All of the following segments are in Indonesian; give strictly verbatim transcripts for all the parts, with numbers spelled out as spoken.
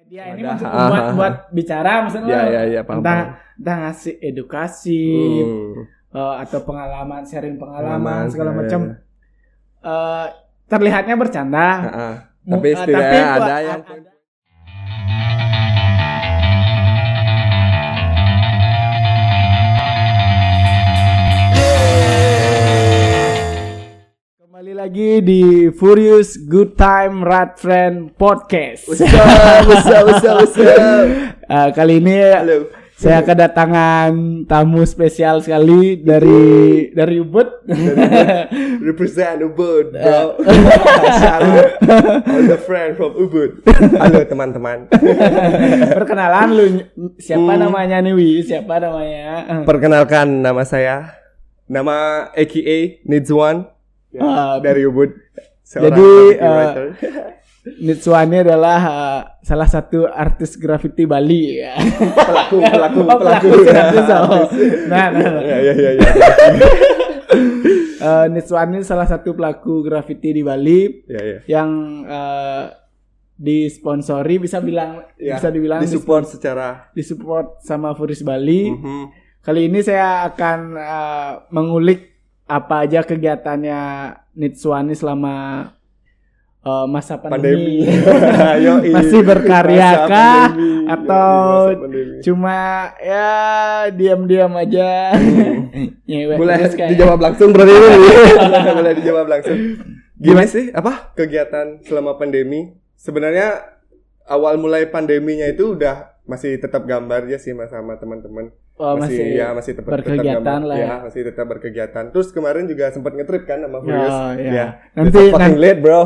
dia ini maksud buat buat bicara maksudnya ya, ya, ya, paham, entah paham. entah ngasih edukasi hmm. uh, atau pengalaman, sharing pengalaman, pengalaman segala macam. Ya, ya. Uh, terlihatnya bercanda, uh-uh. tapi setidaknya uh, ada yang ada. Kembali lagi di Furious Good Time Rat Friend Podcast. What's up, what's up, what's up, what's up. Uh, kali ini Halo. Saya kedatangan tamu spesial sekali dari dari Ubud. Represent Ubud, bro. Shout out all the friend from Ubud. Halo teman-teman. Perkenalan lu siapa hmm. namanya nih Wi? Siapa namanya? Perkenalkan nama saya. Nama A K A Nidzuan. Ya, uh, dari Ubud. Jadi uh, Nidzuan ini adalah uh, salah satu artis grafiti Bali ya. Pelaku pelaku oh, pelaku. pelaku oh. Nah, nah, nah. Ya ya ya ya. uh, Nidzuan ini salah satu pelaku grafiti di Bali ya, ya. yang uh, disponsori bisa bilang ya, bisa dibilang disupport di secara disupport sama Furious Bali. Mm-hmm. Kali ini saya akan uh, mengulik apa aja kegiatannya Nidzuan selama uh, masa pandemi, pandemi. Masih berkarya kah atau cuma ya diam-diam aja? Hmm. Boleh dijawab langsung berarti ini. Boleh dijawab langsung. Gimana sih apa kegiatan selama pandemi? Sebenarnya awal mulai pandeminya itu udah masih tetap gambar ya sih sama teman-teman. Oh, masih, masih ya masih tetap berkegiatan tetap lah ya. ya masih tetap berkegiatan. Terus kemarin juga sempat nge-trip kan sama Furious. Oh, ya. ya. Nanti fucking late bro.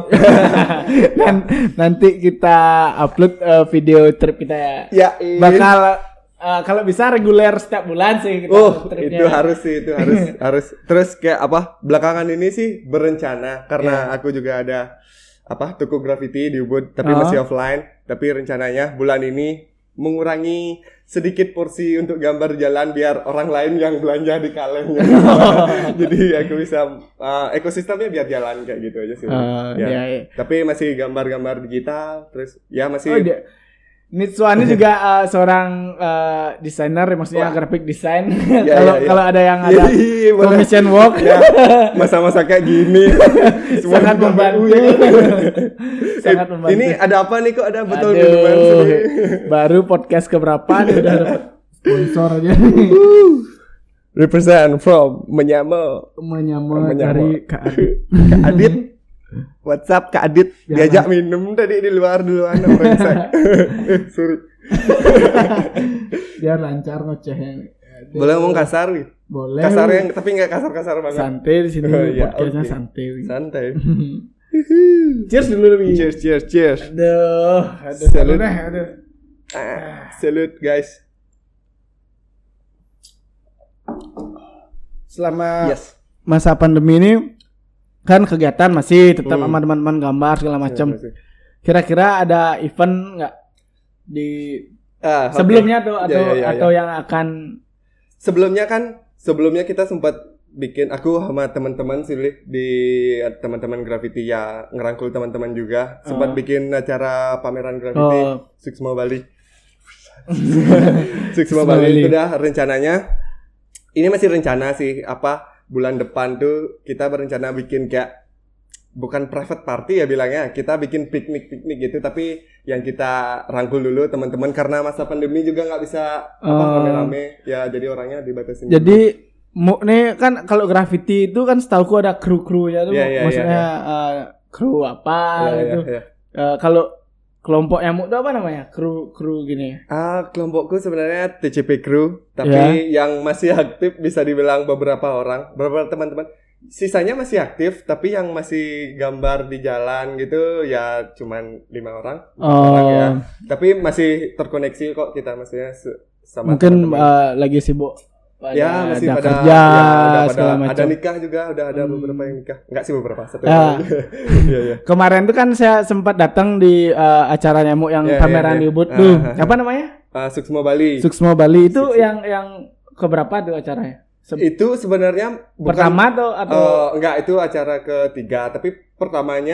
Nanti kita upload uh, video trip kita ya. Ya. Bakal uh, kalau bisa reguler setiap bulan sih kita oh, tripnya. Itu harus sih itu harus harus. Terus kayak apa? Belakangan ini sih berencana karena yeah. aku juga ada apa toko graffiti di Ubud tapi oh. masih offline. Tapi rencananya bulan ini mengurangi sedikit porsi untuk gambar jalan biar orang lain yang belanja di kalengnya. Jadi aku bisa uh, ekosistemnya biar jalan kayak gitu aja sih. Uh, ya. iya, iya. Tapi masih gambar-gambar digital terus ya masih. Oh, dia. Nidzuan ini juga uh, seorang uh, desainer, maksudnya Wah. graphic design. Ya, Kalau ya, ya. kalau ada yang ada ya, commission work, ya, masa-masa kayak gini, sangat membantu. Sangat membantu. Ini ada apa nih kok ada betul minuman baru podcast keberapa nih udah dapat sponsor aja. Represent from Menyamo. Menyamo dari Kak Adit. Kak Adit. WhatsApp Kak Adit ya, diajak kan? Minum tadi di luar duluan brengsek. Sorry. Biar lancar ngocehnya. Boleh ngomong kasar nih? Boleh. Kasar yang tapi enggak kasar-kasar banget. Santai di sini oh, ya, podcastnya okay. santai. Santai. Cheers dulu nih. Cheers cheers cheers. Aduh, aduh. Salut. Deh, aduh. Ah, salut guys. Selama yes. masa pandemi ini kan kegiatan masih tetap hmm. sama teman-teman gambar segala macam. Ya, kira-kira ada event nggak di ah, sebelumnya okay. tuh atau ya, ya, ya, atau ya. yang akan sebelumnya kan sebelumnya kita sempat bikin aku sama teman-teman sih di teman-teman graffiti ya ngerangkul teman-teman juga sempat uh. bikin acara pameran graffiti oh. Suksma Bali. Suksma Bali itu dah rencananya. Ini masih rencana sih apa bulan depan tuh kita berencana bikin kayak bukan private party ya bilangnya, kita bikin piknik-piknik gitu tapi yang kita rangkul dulu teman-teman karena masa pandemi juga nggak bisa apa uh, rame-rame ya jadi orangnya dibatasi. Jadi mu, nih kan kalau graffiti itu kan setahuku ada kru-krunya tuh yeah, yeah, maksudnya yeah, yeah. Uh, kru apa yeah, gitu. Yeah, yeah. Uh, kalau kelompok yang itu apa namanya? Kru-kru gini. Ah, kelompokku sebenarnya T C P Crew, tapi yeah. yang masih aktif bisa dibilang beberapa orang, beberapa teman-teman. Sisanya masih aktif, tapi yang masih gambar di jalan gitu ya cuman lima orang. Oh. orang ya. Tapi masih terkoneksi kok kita maksudnya sama mungkin uh, lagi sibuk. Ya masih ada pada kerja, ya, segala macam. Ada nikah juga, udah ada hmm. beberapa yang nikah. Enggak sih beberapa, satu. Ya. ya, ya. Kemarin tuh kan saya sempat datang di uh, acara nyamuk yang ya, pameran ya, ya. di Ubud tuh. Uh, Apa namanya? Uh, Suksma Bali. Suksma Bali itu Suksma. yang yang keberapa tuh acaranya? Se- itu sebenarnya bukan, pertama tuh atau uh, enggak itu acara ketiga, tapi pertamanya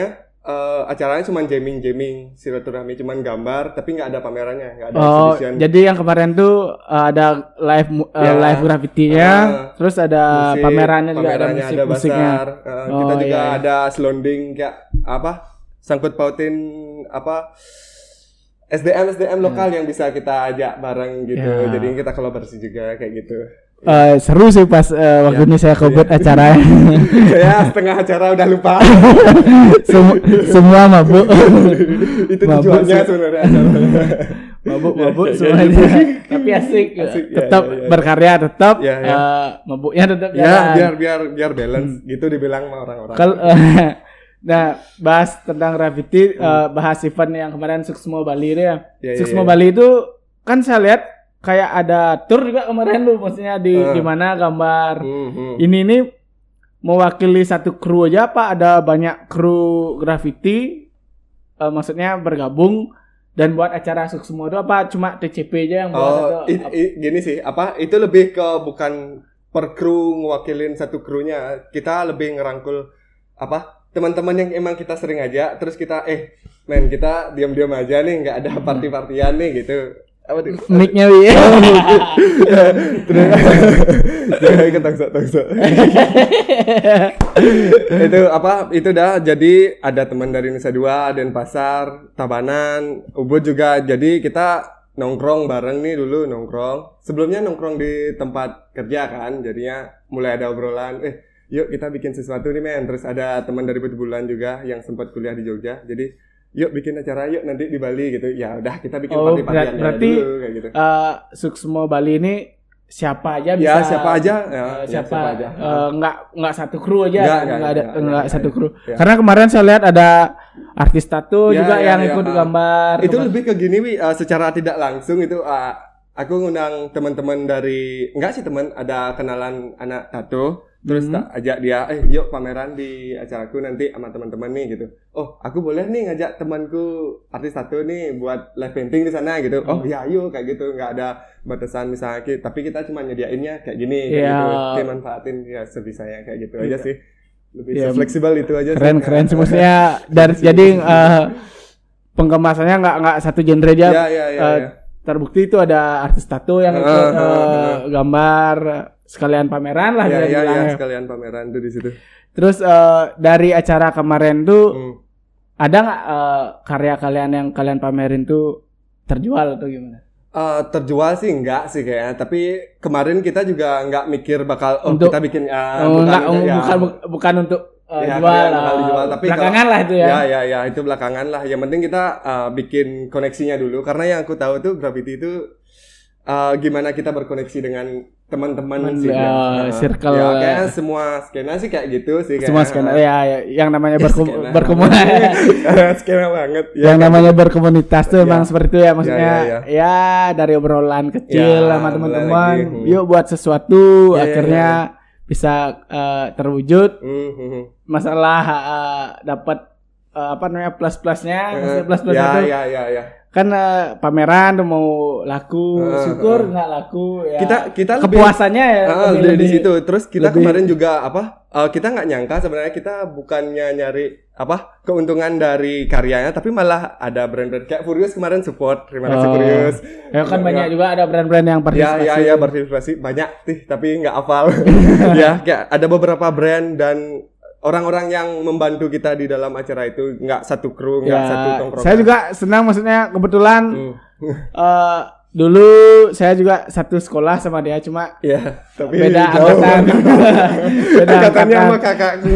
uh, acaranya cuma jamming-jamming, silaturahmi, cuman gambar, tapi nggak ada pamerannya, nggak ada oh, exhibition. Jadi yang kemarin tuh uh, ada live uh, ya, live graffiti-nya, uh, terus ada musik, pamerannya juga, pamerannya ada musik, ada musiknya. Uh, oh, kita juga iya, iya. ada selonding kayak apa? Sangkut pautin apa? S D M S D M lokal yeah. yang bisa kita ajak bareng gitu. Yeah. Jadi kita kolaborasi juga kayak gitu. Uh, seru sih pas uh, waktu yeah. ini saya kobot yeah. acaranya. Saya setengah acara udah lupa. Semua semua mabuk. Itu tujuannya sebenarnya. Mabuk-mabuk semuanya. Tapi asik. asik tetap ya, ya, ya. berkarya tetap ya, ya. Uh, mabuknya tetap ya jalan. biar biar biar balance hmm. gitu dibilang sama orang-orang. Kalau uh, nah, bahas tentang graffiti, hmm. uh, bahas event yang kemarin Suksmo Bali itu ya. ya Suksmo ya, ya. Bali itu kan saya lihat kayak ada tour juga kemarin tuh, maksudnya di uh. di mana gambar hmm, hmm. ini ini mewakili satu kru aja apa ada banyak kru graffiti, uh, maksudnya bergabung dan buat acara Suksmo itu apa cuma T C P aja yang buat? Oh, atau, it, it, gini sih, apa itu lebih ke bukan per kru ngewakilin satu krunya, kita lebih ngerangkul apa? Teman-teman yang emang kita sering aja, terus kita eh men kita diam-diam aja nih, nggak ada party-partyan nih gitu. Apa tuh? Mic-nya wi. Terus jangan ketangsa-tangsa. Itu apa? Itu dah jadi ada teman dari Nusa Dua, Denpasar, Tabanan, Ubud juga. Jadi kita nongkrong bareng nih dulu nongkrong. Sebelumnya nongkrong di tempat kerja kan, jadinya mulai ada obrolan. Eh yuk kita bikin sesuatu nih men. Terus ada teman dari Bulan juga yang sempat kuliah di Jogja. Jadi yuk bikin acara yuk nanti di Bali gitu. Ya udah kita bikin oh, party-partyan berarti dulu kayak gitu. Uh, Suksmo Bali ini siapa aja bisa? Ya siapa aja. Ya, uh, siapa, ya, siapa aja. Uh, enggak enggak satu kru aja. Enggak, enggak, enggak ada enggak, enggak satu kru. Ya. Karena kemarin saya lihat ada artis tato ya, juga ya, yang ya, ikut ya. gambar. Itu kemar- lebih ke gini wi, uh, secara tidak langsung itu uh, aku ngundang teman-teman dari enggak sih teman, ada kenalan anak tato. Terus hmm. tak ajak dia, eh yuk pameran di acaraku nanti sama teman-teman nih gitu. Oh, aku boleh nih ngajak temanku artis tato nih buat live painting di sana gitu. Oh, ya yuk kayak gitu, nggak ada batasan misalnya, tapi kita cuma nyediainnya kayak gini, kayak yeah. gitu. Oke, manfaatin ya sebisanya kayak gitu yeah. aja sih. Lebih yeah. fleksibel itu aja. Keren sih. keren sih maksudnya dari jadi uh, pengemasannya nggak nggak satu genre aja. Yeah, yeah, yeah, uh, yeah. Terbukti itu ada artis tato yang ikut uh, uh, uh, gambar. Sekalian pameran lah ya, ya, ya, ya sekalian pameran tuh di situ. Terus uh, dari acara kemarin tuh hmm. ada nggak uh, karya kalian yang kalian pamerin tuh terjual atau gimana? Uh, terjual sih enggak sih kayaknya, tapi kemarin kita juga nggak mikir bakal oh untuk, kita bikin uh, oh, bukan, enggak, ya, bukan bukan untuk uh, ya, jual, uh, dijual, tapi belakangan kalau, lah itu ya. Ya ya ya itu belakangan lah. Yang penting kita uh, bikin koneksinya dulu, karena yang aku tahu tuh graffiti itu uh, gimana kita berkoneksi dengan teman-teman Men, sih uh, ya. circle ya kayaknya semua skena sih kayak gitu sih semua skena ya, ya yang namanya berkum- berkomunitas skena banget ya, yang kan? namanya berkomunitas tuh ya. Emang seperti itu ya maksudnya ya, ya, ya. ya dari obrolan kecil ya, sama teman-teman hmm. yuk buat sesuatu ya, akhirnya ya, ya. bisa uh, terwujud hmm. masalah uh, dapat uh, apa namanya plus-plusnya uh, plus-plusnya ya, tuh ya ya ya kan uh, pameran tuh mau laku uh, syukur nggak uh, laku ya kita kita kepuasannya lebih, ya uh, lebih, dari lebih, situ terus kita lebih, kemarin juga apa uh, kita nggak nyangka sebenarnya kita bukannya nyari apa keuntungan dari karyanya tapi malah ada brand-brand kayak Furious kemarin support terima kasih oh, Furious ya kan banyak ya. juga ada brand-brand yang partisipasi ya ya ya partisipasi banyak sih tapi nggak hafal ya kayak ada beberapa brand dan orang-orang yang membantu kita di dalam acara itu nggak satu kru, nggak ya, satu tongkrongan. Saya juga senang, maksudnya kebetulan hmm. uh, dulu saya juga satu sekolah sama dia, cuma ya, tapi beda angkatan, beda angkatannya sama kakakku,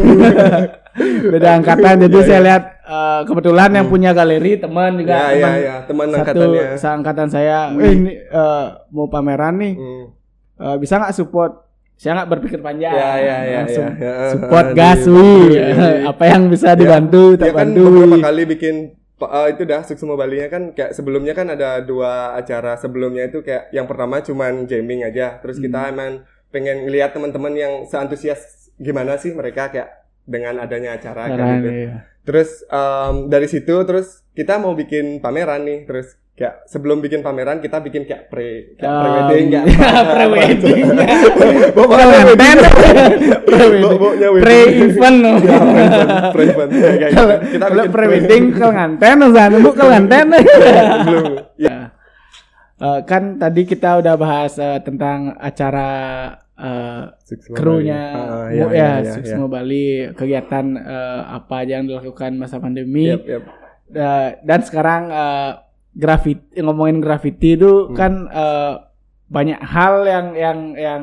beda angkatan. Jadi ya, saya ya. lihat uh, kebetulan hmm. yang punya galeri teman juga, ya, teman, ya, ya. teman satu angkatannya, seangkatan saya. Hmm. Eh, ini uh, mau pameran nih, hmm. uh, bisa nggak support? Saya nggak berpikir panjang, ya, ya, ya, langsung ya, ya. support gas, wih, apa yang bisa dibantu, ya, tak ya kan bantu. Beberapa kali bikin uh, itu dah Suksmo Bali-nya kan kayak sebelumnya kan ada dua acara sebelumnya itu kayak yang pertama cuman jamming aja, terus hmm. kita emang pengen ngeliat teman-teman yang seantusias gimana sih mereka kayak dengan adanya acara kayak gitu. Iya. Terus um, dari situ terus kita mau bikin pameran nih, terus Kayak sebelum bikin pameran kita bikin kayak pre kayak Oh, pre-wedding kayak pre-wedding. Bawa Pengantin. pre-wedding. Pre-event. Pre-event kayak gitu. Kita Kalau bikin pre-wedding kelanten usah nemu kelanten. belum. Ya. Eh, kan tadi kita udah bahas eh, tentang acara eh, Six krunya Ah, Mu- iya, ya, iya, Six iya. Mo Bali, kegiatan eh, apa aja yang dilakukan masa pandemi. Yep, yep. Eh, dan sekarang eh, graffiti, ngomongin graffiti itu Hmm. kan eh, banyak hal yang yang yang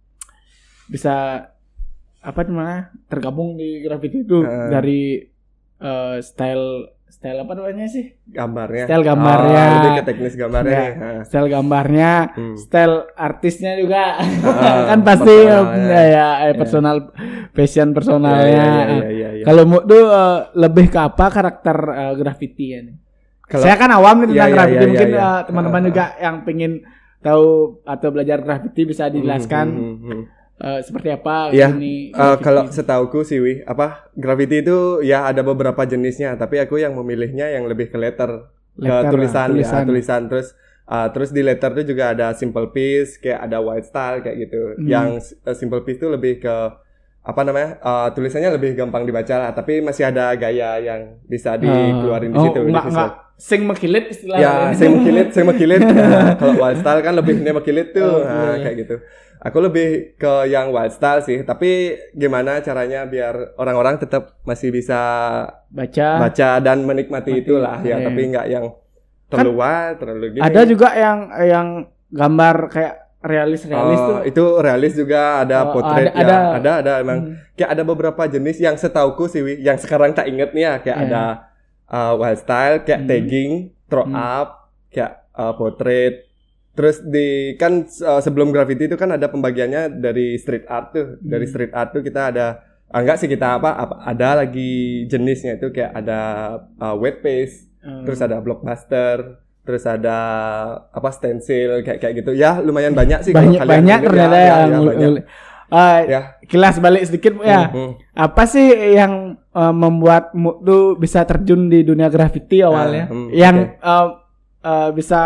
bisa apa namanya tergabung di graffiti itu Uh. dari eh, style style apa namanya sih Gambarnya. style gambarnya, Ah, lebih ke teknis gambarnya Ya. nih. Ah. style gambarnya, Hmm. style artisnya juga Ah, kan pasti personalnya. ya, ya, eh, personal passion personalnya. Iya, iya, iya, iya, iya. Kalau Mu tuh eh, lebih ke apa karakter eh, graffiti ya nih? Kalau- Saya kan awam nih tentang Iya, iya, graffiti, iya, mungkin iya, iya. eh, teman-teman Ah, juga yang pengen tahu atau belajar graffiti bisa dijelaskan Hmm, hmm, hmm. eh, seperti apa Iya, ini Eh, graffiti. kalau setauku sih, Wi, apa graffiti itu ya ada beberapa jenisnya, tapi aku yang memilihnya yang lebih ke letter, Letter, ke tulisan, tulisan. ya tulisan. Terus, uh, terus di letter itu juga ada simple piece, kayak ada white style kayak gitu. Hmm. Yang uh, simple piece itu lebih ke apa namanya? Uh, tulisannya lebih gampang dibaca lah, tapi masih ada gaya yang bisa dikeluarin di oh, situ. di enggak, visual. enggak sing mekilit istilahnya. Ya, saya mekilit, saya mekilit. Nah, kalau wild style kan lebih ini mekilit tuh, Oh, nah, iya. kayak gitu. Aku lebih ke yang wild style sih, tapi gimana caranya biar orang-orang tetap masih bisa baca. baca dan menikmati Mati, itulah ya, iya. tapi nggak yang terlalu wild, terlalu gini. Ada juga yang yang gambar kayak realis-realis Oh, tuh. itu realis juga ada Oh, potret ada- ya, ada. ada ada emang Hmm. kayak ada beberapa jenis yang setauku sih, Wi, yang sekarang tak inget nih ya, kayak Iya. ada uh, wild style, kayak Hmm. tagging, throw Hmm. up, kayak uh, portrait. Terus di kan uh, sebelum graffiti itu kan ada pembagiannya dari street art tuh. Dari Hmm. street art tuh kita ada ah, enggak sih kita apa, apa ada lagi jenisnya itu kayak ada uh, wet paste, Hmm. terus ada blockbuster, terus ada apa stencil kayak kayak gitu. Ya lumayan banyak sih kalau banyak kalian banyak lihat, ternyata ya, ya, yang ya, ul- banyak. ul- Eh, Ya. kilas balik sedikit Bu, ya. Hmm, hmm. Apa sih yang eh, membuat Mu tuh bisa terjun di dunia graffiti awalnya? Ah, hmm, yang oke. eh, eh, bisa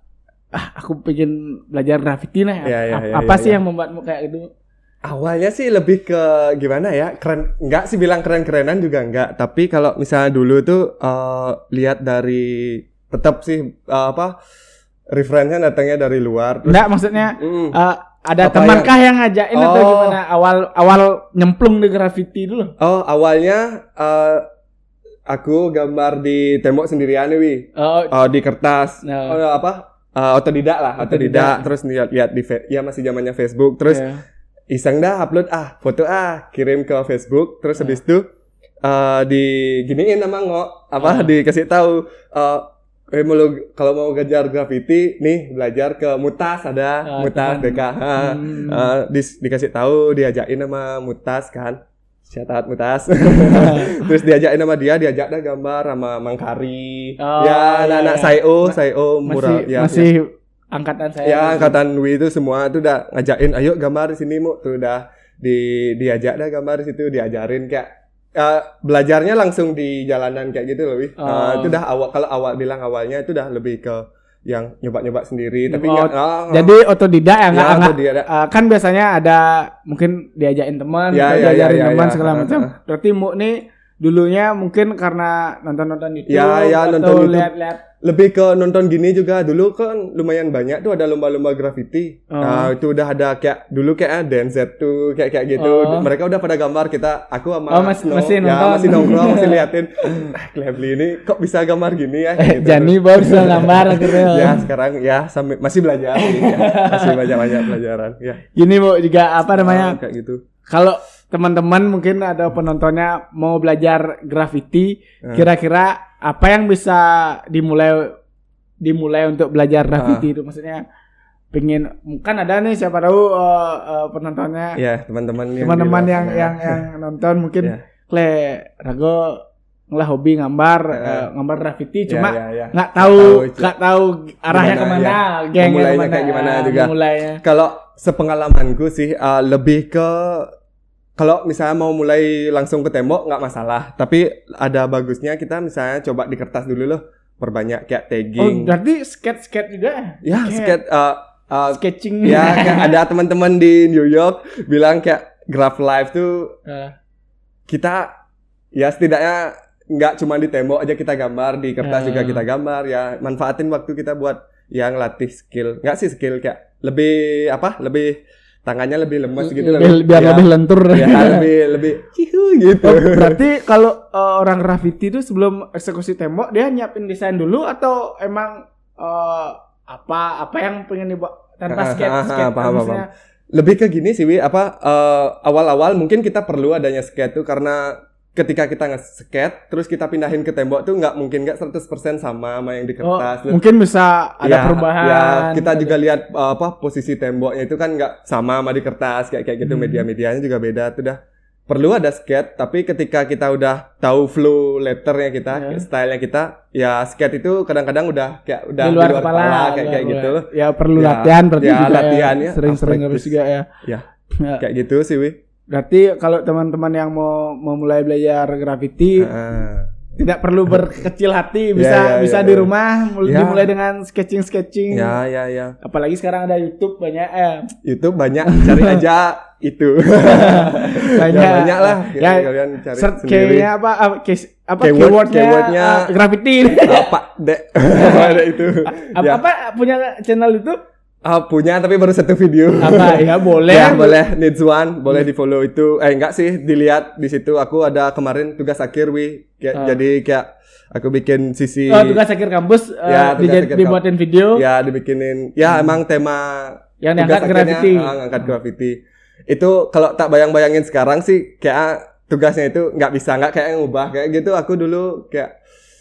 ah aku pengen belajar graffiti nih. Ya, ya, Ap- ya, apa ya, sih ya. yang membuatmu kayak gitu? Awalnya sih lebih ke gimana ya, keren, enggak sih bilang keren-kerenan juga enggak, tapi kalau misalnya dulu tuh eh, lihat dari tetap sih eh, apa referensinya datangnya dari luar. Terus, Enggak, maksudnya mm, eh, ada Apa temankah yang ngajakin atau Oh. gimana awal awal nyemplung di graffiti dulu? oh awalnya eh, aku gambar di tembok sendirian nih, Wi. Oh, Oh, di kertas. No. Oh, apa? Eh, otodidak lah, Otodidak. otodidak. Terus lihat-lihat di fe- ya masih zamannya Facebook. Terus iya. iseng dah upload ah foto ah kirim ke Facebook. Terus Ah. habis itu eh di giniin sama ngok apa Ah. dikasih tahu eh eh, mau lu- kalau mau ngajar graffiti nih belajar ke Mutas ada Ah, Mutas teman. B K H. Hmm. Eh, dis- dikasih tahu diajakin sama Mutas kan. Shout out Mutas. Terus diajakin sama dia, diajak dah gambar sama Mang Kari. Oh, ya, iya, anak-anak iya. Sayo, Ma- Sayo mural masih ya. masih angkatan saya. Ya, angkatan Wi itu semua tuh udah ngajakin, ayo gambar di sini Mu. Tuh udah di diajak dah gambar di situ, diajarin kayak eh, belajarnya langsung di jalanan kayak gitu loh, Wi. Eh, Oh. itu udah awal kalau awal bilang awalnya itu udah lebih ke yang nyoba-nyoba sendiri, tapi Oh, nggak- ah, Jadi otodidak ya, nggak Ya, nggak- otodidak. eh, kan biasanya ada mungkin diajakin teman, Ya, atau ya, ya, diajarin ya, teman ya. segala Ah, macam. ah. Berarti Mu nih dulunya mungkin karena nonton-nonton YouTube Ya, ya, atau nonton YouTube. lihat-lihat. lebih ke nonton gini juga. Dulu kan lumayan banyak tuh ada lomba-lomba graffiti. Oh. Nah, itu udah ada kayak dulu kayak D N Z tuh kayak kayak gitu. Oh. Mereka udah pada gambar, kita aku sama Oh, mas- Snow, masih ya, nonton. masih nongkrong masih liatin. Ah, Clevely ini kok bisa gambar gini ya kayak gitu. Jani baru bisa gambar gitu. Ya, sekarang ya sampai masih belajar sih, ya. Masih banyak-banyak pelajaran ya. Gini Bu juga apa namanya? Ah, kayak gitu. Kalau teman-teman mungkin ada penontonnya mau belajar graffiti, Hmm. kira-kira apa yang bisa dimulai dimulai untuk belajar graffiti Ah. itu? Maksudnya pengen kan ada nih siapa tahu uh, uh, penontonnya Ya, teman-teman yang teman-teman di- yang yang yang nonton mungkin Ya. kle rago ngelah hobi gambar Ya. uh, gambar graffiti Ya, cuma ya, ya. nggak tahu Nggak nggak tahu arahnya Gimana, kemana, ya. gengnya Memulainya kemana, kayak gimana ah, juga. memulainya. Kalau sepengalamanku sih uh, lebih ke kalau misalnya mau mulai langsung ke tembok nggak masalah, tapi ada bagusnya kita misalnya coba di kertas dulu loh. perbanyak kayak Oh, tagging. berarti skate-skate juga? Ya, Kayak skate uh, uh, sketching. ya kayak ada teman-teman di New York bilang kayak Graph Life tuh Uh, kita ya setidaknya nggak cuma di tembok aja kita gambar, di kertas Uh. juga kita gambar, ya manfaatin waktu kita buat yang latih skill. Nggak sih skill kayak lebih apa? Lebih tangannya lebih lemas gitu lebih, biar ya, lebih lentur. ya lebih lebih cihu gitu. Oh, berarti kalau uh, orang graffiti itu sebelum eksekusi tembok dia nyiapin desain dulu atau emang uh, apa apa yang pengen dibuat tanpa skate Ah, ah, skate ah, paham, maksudnya? Lebih ke gini sih, Wi, apa uh, awal-awal mungkin kita perlu adanya skate tuh karena ketika kita nge-skate terus kita pindahin ke tembok tuh nggak mungkin nggak seratus persen sama sama yang di Oh, kertas. mungkin bisa ada Ya, perubahan. ya, kita juga lihat uh, apa posisi temboknya itu kan nggak sama sama di kertas kayak kayak gitu, Hmm. media-medianya juga beda. Itu dah perlu ada skate, tapi ketika kita udah tahu flow letternya kita, Ya. stylenya kita, ya skate itu kadang-kadang udah kayak udah di luar, kepala, kayak luar kayak kepala. gitu loh. Ya perlu Ya, latihan berarti ya, juga latihan ya, sering-sering practice. harus juga ya. Ya. Ya. Kayak gitu sih, Wi. Berarti kalau teman-teman yang mau memulai belajar graffiti Ah. tidak perlu berkecil hati, bisa Ya, ya, bisa ya, di ya. rumah mulai Ya. dimulai dengan sketching-sketching. Ya, ya, ya. Apalagi sekarang ada YouTube banyak eh YouTube banyak, cari aja itu. banyak Ya, banyak lah. Ya, Kalian cari search sendiri. kayaknya apa apa case apa Keyword- keywordnya, keywordnya uh, graffiti. Apa dek? Ada itu. apa, Ya. apa punya channel YouTube? Ah, punya tapi baru satu video. Apa ya boleh. Ya, boleh needs one, boleh di follow itu. Eh enggak sih, dilihat di situ. Aku ada kemarin tugas akhir, Wi. Kayak, Ah. Jadi kayak aku bikin sisi Oh, tugas akhir kampus uh, Ya, tugas dijad- akhir dibuatin video ya dibikinin. Ya, emang tema yang tugas diangkat akhirnya, graffiti. ah, ngangkat graffiti. Itu kalau tak bayang-bayangin sekarang sih kayak tugasnya itu nggak bisa, nggak kayak ngubah kayak gitu. Aku dulu kayak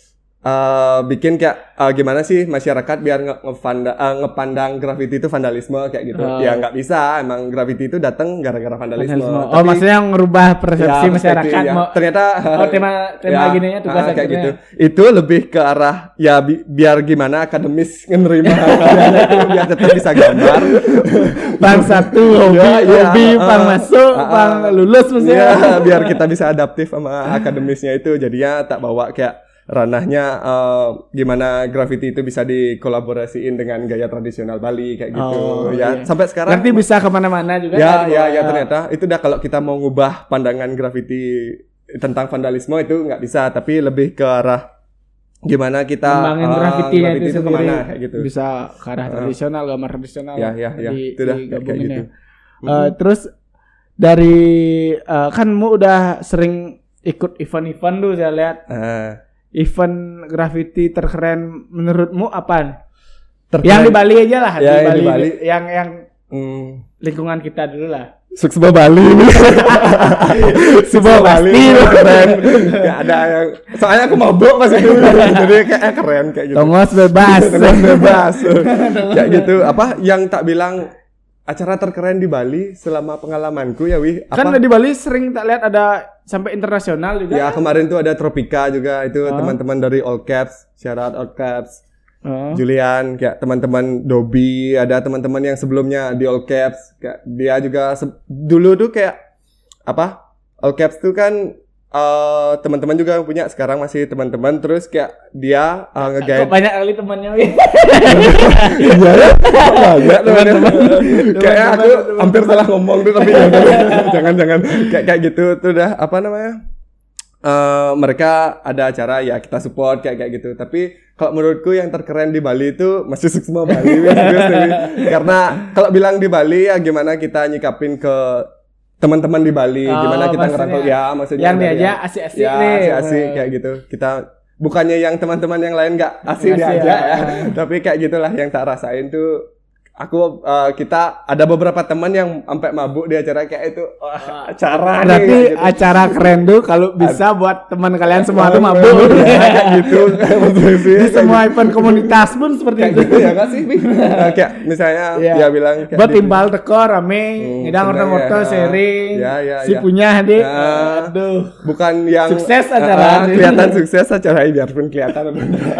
eh, bikin kayak eh, gimana sih masyarakat biar nge ngefanda- eh, ngepandang graffiti itu vandalisme kayak gitu. Oh. Ya nggak bisa, emang graffiti itu datang gara-gara vandalisme. Vandalisme. Oh, Tapi- maksudnya ngerubah persepsi Ya, masyarakat perspektif, ya. mau Ternyata oh tema tema ya, gininya tugas ah, kayak akhirnya. gitu. Itu lebih ke arah ya bi- biar gimana akademis menerima karyanya itu biar tetap bisa gambar. Bang satu hobi, Ya, ya, hobi, ah, bang masuk, ah, bang ah. lulus maksudnya. Ya, biar kita bisa adaptif sama akademisnya itu. Jadinya tak bawa kayak ranahnya eh, gimana graffiti itu bisa dikolaborasiin dengan gaya tradisional Bali kayak gitu. Oh, ya, iya. sampai sekarang Nanti bisa kemana-mana juga. ya kan, ya dibawa. ya ternyata itu dah kalau kita mau ngubah pandangan graffiti tentang vandalisme itu nggak bisa, tapi lebih ke arah gimana kita Ngembangin eh, graffitinya graffiti itu itu sendiri. kemana kayak gitu. Bisa ke arah tradisional, gambar tradisional. Ya ya ya di- itu dah kayak, kayak digabungin gitu. ya. Eh, terus dari eh, kan mu udah sering ikut event-event tuh saya lihat. Ah, Event graffiti terkeren menurutmu apa? terkeren. Yang di Bali aja lah, Ya, yang di Bali. yang yang hmm, lingkungan kita dulu lah. Suksma Bali. Sebuah pasti. Keren. Gak ada yang soalnya aku mabuk pas itu. Jadi kayak keren kayak gitu. Tongos bebas. Tongos bebas. Kayak gitu. Apa yang tak bilang acara terkeren di Bali selama pengalamanku ya, Wi? Apa? Kan di Bali sering tak lihat ada sampai internasional juga. Ya kemarin tuh ada Tropika juga itu Oh. teman-teman dari All Caps, shout out All Caps, Oh. Julian, kayak teman-teman Dobi, ada teman-teman yang sebelumnya di All Caps, kayak dia juga se- dulu tuh kayak apa? All Caps tuh kan eh, teman-teman juga yang punya, sekarang masih teman-teman, terus kayak dia uh, Kok nge-guide. banyak kali temannya. Wi? Iya ya, banyak teman-teman. Kayaknya aku Teman-teman. hampir salah ngomong tuh tapi jangan-jangan kayak kayak gitu tuh dah apa namanya? Eh, mereka ada acara ya kita support kayak kayak gitu. Tapi kalau menurutku yang terkeren di Bali itu masih Suksma Bali, Wis, Wis, Wis. Karena kalau bilang di Bali ya gimana kita nyikapin ke teman-teman di Bali, Oh, gimana kita maksudnya ngerangkul ya maksudnya yang dari diajak asik-asik ya, nih. asik-asik kayak gitu. Kita bukannya yang teman-teman yang lain nggak asik Ngasih diajak ya. ya, tapi kayak gitulah yang tak rasain tuh. Aku eh, kita ada beberapa teman yang sampai mabuk di acara kayak itu. Wah, acara nih, Berarti kayak gitu. acara keren tuh kalau bisa buat teman kalian semua tuh mabuk. Ya, kayak gitu. Maksudnya sih, Di kayak semua event komunitas pun seperti kayak itu. gitu ya nggak sih, Bi? Nah, kayak misalnya Iya. dia bilang kayak Buat di- timbal teko rame, Hmm, ngidang seneng orto-orto ya. sharing. Ya, ya, si ya. punya deh. Ya. Aduh. bukan yang Sukses Ah, acara. ah, kelihatan sukses acara biarpun kelihatan Ya,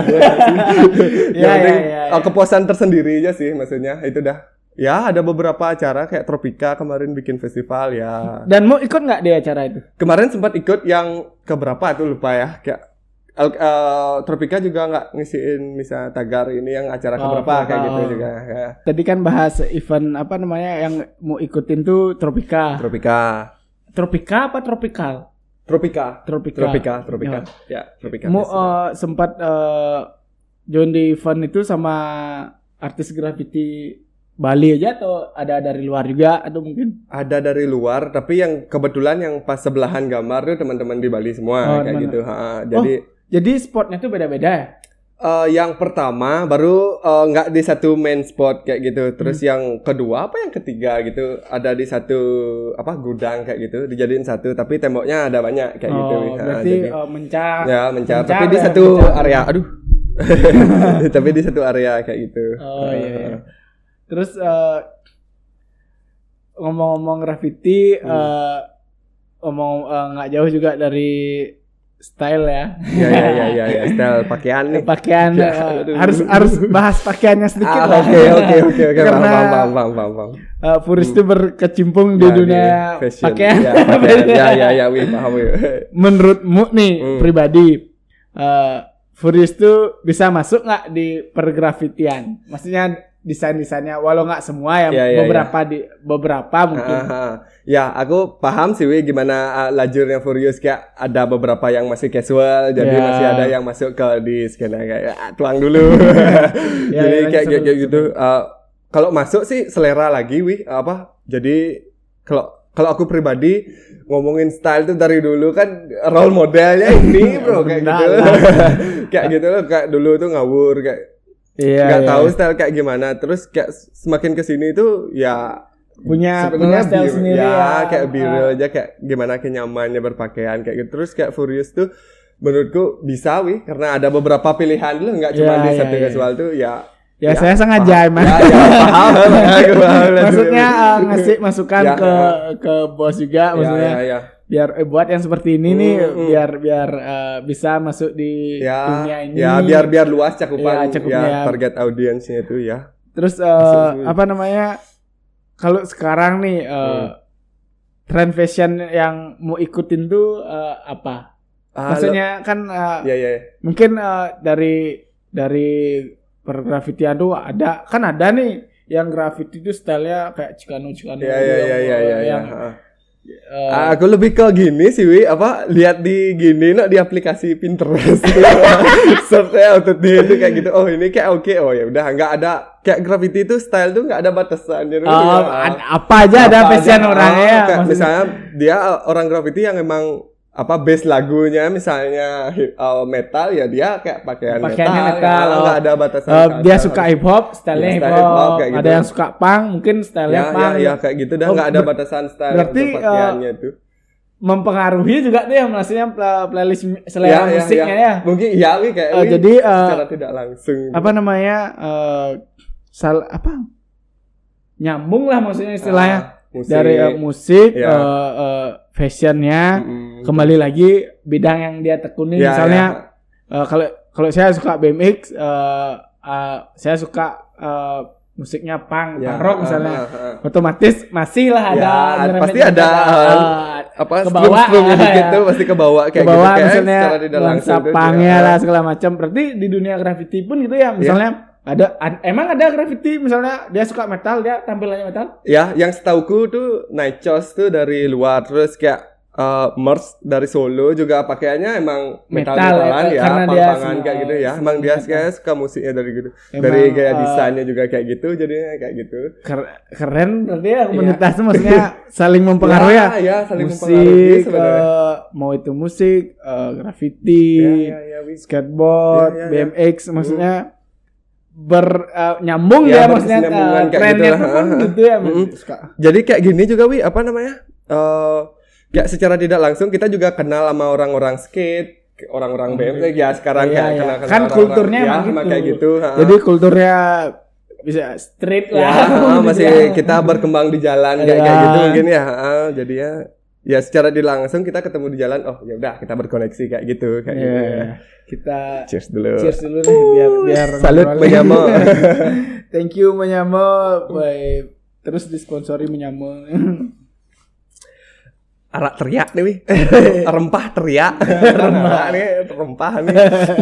yang ya, penting ya, eh, ya. kepuasan tersendiri aja sih maksudnya itu dah. Ya ada beberapa acara kayak Tropika kemarin bikin festival ya. Dan mau ikut nggak di acara itu? Kemarin sempat ikut yang keberapa tuh lupa ya, kayak uh, Tropika juga nggak ngisiin misal tagar ini yang acara Oh, keberapa kayak oh. gitu juga. Ya. Tadi kan bahas event apa namanya yang mau ikutin tuh Tropika. Tropika. Tropika apa Tropikal? Tropika. Tropika. Tropika. Tropika. Ya, Tropika. Mau uh, sempat uh, join di event itu sama artis graffiti Bali aja atau ada dari luar juga atau mungkin? Ada dari luar, tapi yang kebetulan yang pas sebelahan gambar tuh teman-teman di Bali semua Oh, kayak teman- gitu. Ha, jadi Oh, jadi spotnya tuh beda-beda ya? Uh, yang pertama baru uh, nggak di satu main spot kayak gitu. Terus Hmm. yang kedua apa yang ketiga gitu ada di satu apa gudang kayak gitu dijadiin satu tapi temboknya ada banyak kayak gitu. Oh, Nah, berarti jadi- uh, mencar. ya mencar, mencar tapi di ya, satu mencar. area. Aduh. Tapi di satu area kayak gitu. Oh iya, iya. Terus uh, ngomong-ngomong graffiti, Hmm. uh, ngomong uh, nggak jauh juga dari style ya. Ya ya ya ya, ya. Style pakaian nih. Pakaian Ya, uh, aduh. harus harus bahas pakaiannya sedikit Ah, lah. Oke oke oke oke. Paham Karena paham paham paham paham. paham. uh, Furis itu berkecimpung di Ya, dunia fashion. pakaian. Ya, pakaian. Ya ya ya, wih paham wih. Menurutmu nih Hmm. pribadi, uh, Furis itu bisa masuk nggak di pergrafitian? Maksudnya desain-desainnya, walau nggak semua ya, Ya, ya, beberapa di beberapa mungkin. Aha. Ya, aku paham sih Wi gimana uh, lajurnya Furious kayak ada beberapa yang masih casual, jadi Ya. masih ada yang masuk ke di skena kayak "Ah, tuang dulu. Ya, jadi ya, kayak seru, kayak gitu. Uh, kalau masuk sih selera lagi Wi apa? Jadi kalau kalau aku pribadi ngomongin style tuh dari dulu kan role modelnya ini bro kayak Benar gitu. lah. Kayak gitu loh kayak dulu tuh ngawur kayak Iya. nggak iya. tahu style kayak gimana. Terus kayak semakin kesini tuh ya punya sebenarnya punya style bir- sendiri ya, ya. kayak biru Ah. aja kayak gimana kenyamannya berpakaian kayak gitu. Terus kayak Furious tuh menurutku bisa Wi karena ada beberapa pilihan loh nggak cuma Ya, di ya, satu ya. casual tuh ya. Ya, saya sengaja emang. Ya, ya, paham, aku paham. Maksudnya uh, ngasih masukan Ya, ke ya. ke bos juga ya, maksudnya. ya, ya. Biar eh, buat yang seperti ini nih Hmm, hmm. biar biar uh, bisa masuk di Ya, dunia ini. ya biar biar luas cakupan Ya, cakupnya. ya target audiensnya itu ya. Terus uh, Masuk. apa namanya? Kalau sekarang nih uh, Hmm. trend fashion yang mau ikutin tuh uh, apa? Ah, Maksudnya kan uh, lo- ya ya. ya. mungkin uh, dari dari pergrafitian tuh ada kan ada nih yang graffiti itu stylenya kayak Chicano Chicano Ya ya ya ya ya. ya. yang Ah. uh, Ah, aku lebih ke gini sih Wi apa lihat di gini no di aplikasi Pinterest searchnya auto dia itu kayak gitu oh ini kayak oke oh ya udah nggak ada kayak graffiti itu style tuh nggak ada batasan jadi uh, ya, ad- apa aja ada apa fashion aja. orangnya Ah, ya, kayak maksudnya. misalnya dia uh, orang graffiti yang emang apa base lagunya misalnya hip, uh, metal ya dia kayak pakaian Pakaiannya metal, metal, ya, oh. nggak ada batasan Uh, ke dia atas. suka hip hop, stylenya Ya, hip style hop. hip-hop kayak gitu. Ada yang suka punk, mungkin stylenya ya, punk. ya, ya kayak gitu dah Oh, nggak ada ber- batasan style berarti, untuk pakaiannya itu mempengaruhi juga tuh yang maksudnya play- playlist selera Ya, ya, musiknya ya. ya. Mungkin iya Wi kayak Uh, Wi, jadi uh, secara tidak langsung. apa namanya uh, sal apa nyambung lah maksudnya istilahnya Ah, musik. dari uh, musik Ya. uh, uh, fashionnya Mm-mm. kembali lagi bidang yang dia tekuni Ya, misalnya ya. uh, kalau kalau saya suka B M X uh, uh, saya suka uh, musiknya punk Ya, punk rock ah, misalnya ah, ah. otomatis masih lah ada Ya, nyerempet- pasti ada, uh, apa ke bawah, strum-strumnya ah, dikit ya. tuh pasti ke bawah kayak ke bawah gitu kayak misalnya secara tidak nuansa langsung tuh punknya dia- lah segala macam. Berarti di dunia graffiti pun gitu ya. Misalnya ada, ad- emang ada graffiti misalnya dia suka metal, dia tampilannya metal. Ya, yang setauku tuh Nightshot tuh dari luar terus kayak uh, Merce dari Solo juga pakaiannya emang Metal, metal-metalan ya, ya, karena dia pang-pangan suka- kayak gitu ya. suka Emang dia metal. kayak suka musiknya dari gitu. Emang, dari kayak uh, desainnya juga kayak gitu jadinya kayak gitu. Ker- keren berarti ya komunitas itu maksudnya saling mempengaruhi ya. Ya, ya, saling mempengaruhi musik, sebenarnya. eh, mau itu musik, eh, graffiti, Ya, ya, ya, wis. skateboard, Ya, ya, B M ya. X, maksudnya ber eh, nyambung Ya, ya, maksudnya berkesinambungan eh, kayak trennya gitu tuh lah. pun gitu ya. Mm-mm. Suka. Jadi kayak gini juga Wi, apa namanya? Eh kayak secara tidak langsung kita juga kenal sama orang-orang skate, orang-orang B M X ya sekarang Iya, kayak iya. kenal-kenal Kan orang-orang- kulturnya ya, emang emang gitu. kayak gitu. ha. Jadi kulturnya bisa street ya, lah. ha, masih kita berkembang di jalan kayak, kayak Iya. gitu mungkin ya. ha, Jadi ya ya secara tidak langsung kita ketemu di jalan, oh ya udah kita berkoneksi kayak gitu kayak Iya, gitu. iya. Ya. Kita Cheers dulu. cheers dulu nih biar biar Salut ngobrol. Menyamo. Thank you Menyamo. Baik. Terus disponsori Menyamo. alat teriak nih, wih. Rempah teriak. Rempah nih, rempah nih.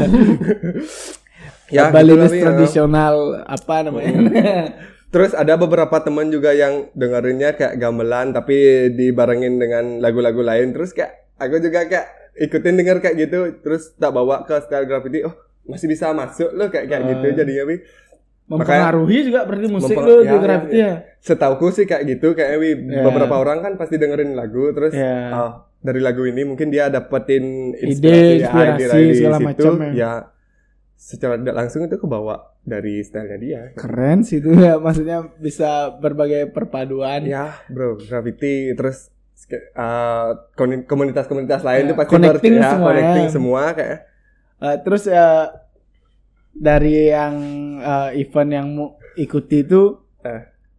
Ya, Balinese gitu tradisional ya. Apa namanya? Terus ada beberapa teman juga yang dengerinnya kayak gamelan tapi dibarengin dengan lagu-lagu lain. Terus kayak aku juga kayak ikutin denger kayak gitu. Terus tak bawa ke style graffiti. Oh, masih bisa masuk loh kayak kayak uh, gitu jadinya wi. Mempengaruhi juga berarti musik lo ya, di graffiti ya. ya. Setauku sih kayak gitu kayak wi yeah. Beberapa orang kan pasti dengerin lagu terus yeah. oh, dari lagu ini mungkin dia dapetin inspirasi, ide, inspirasi ya, segala macam ya. ya. Secara tidak langsung itu kebawa dari stylenya dia. Keren sih itu ya, maksudnya bisa berbagai perpaduan. Ya, bro, graffiti terus uh, komunitas-komunitas lain itu ya, pasti connecting ber, ya, semua, connecting ya. semua kayak. Uh, terus uh, dari yang uh, event yang mau ikuti itu, uh.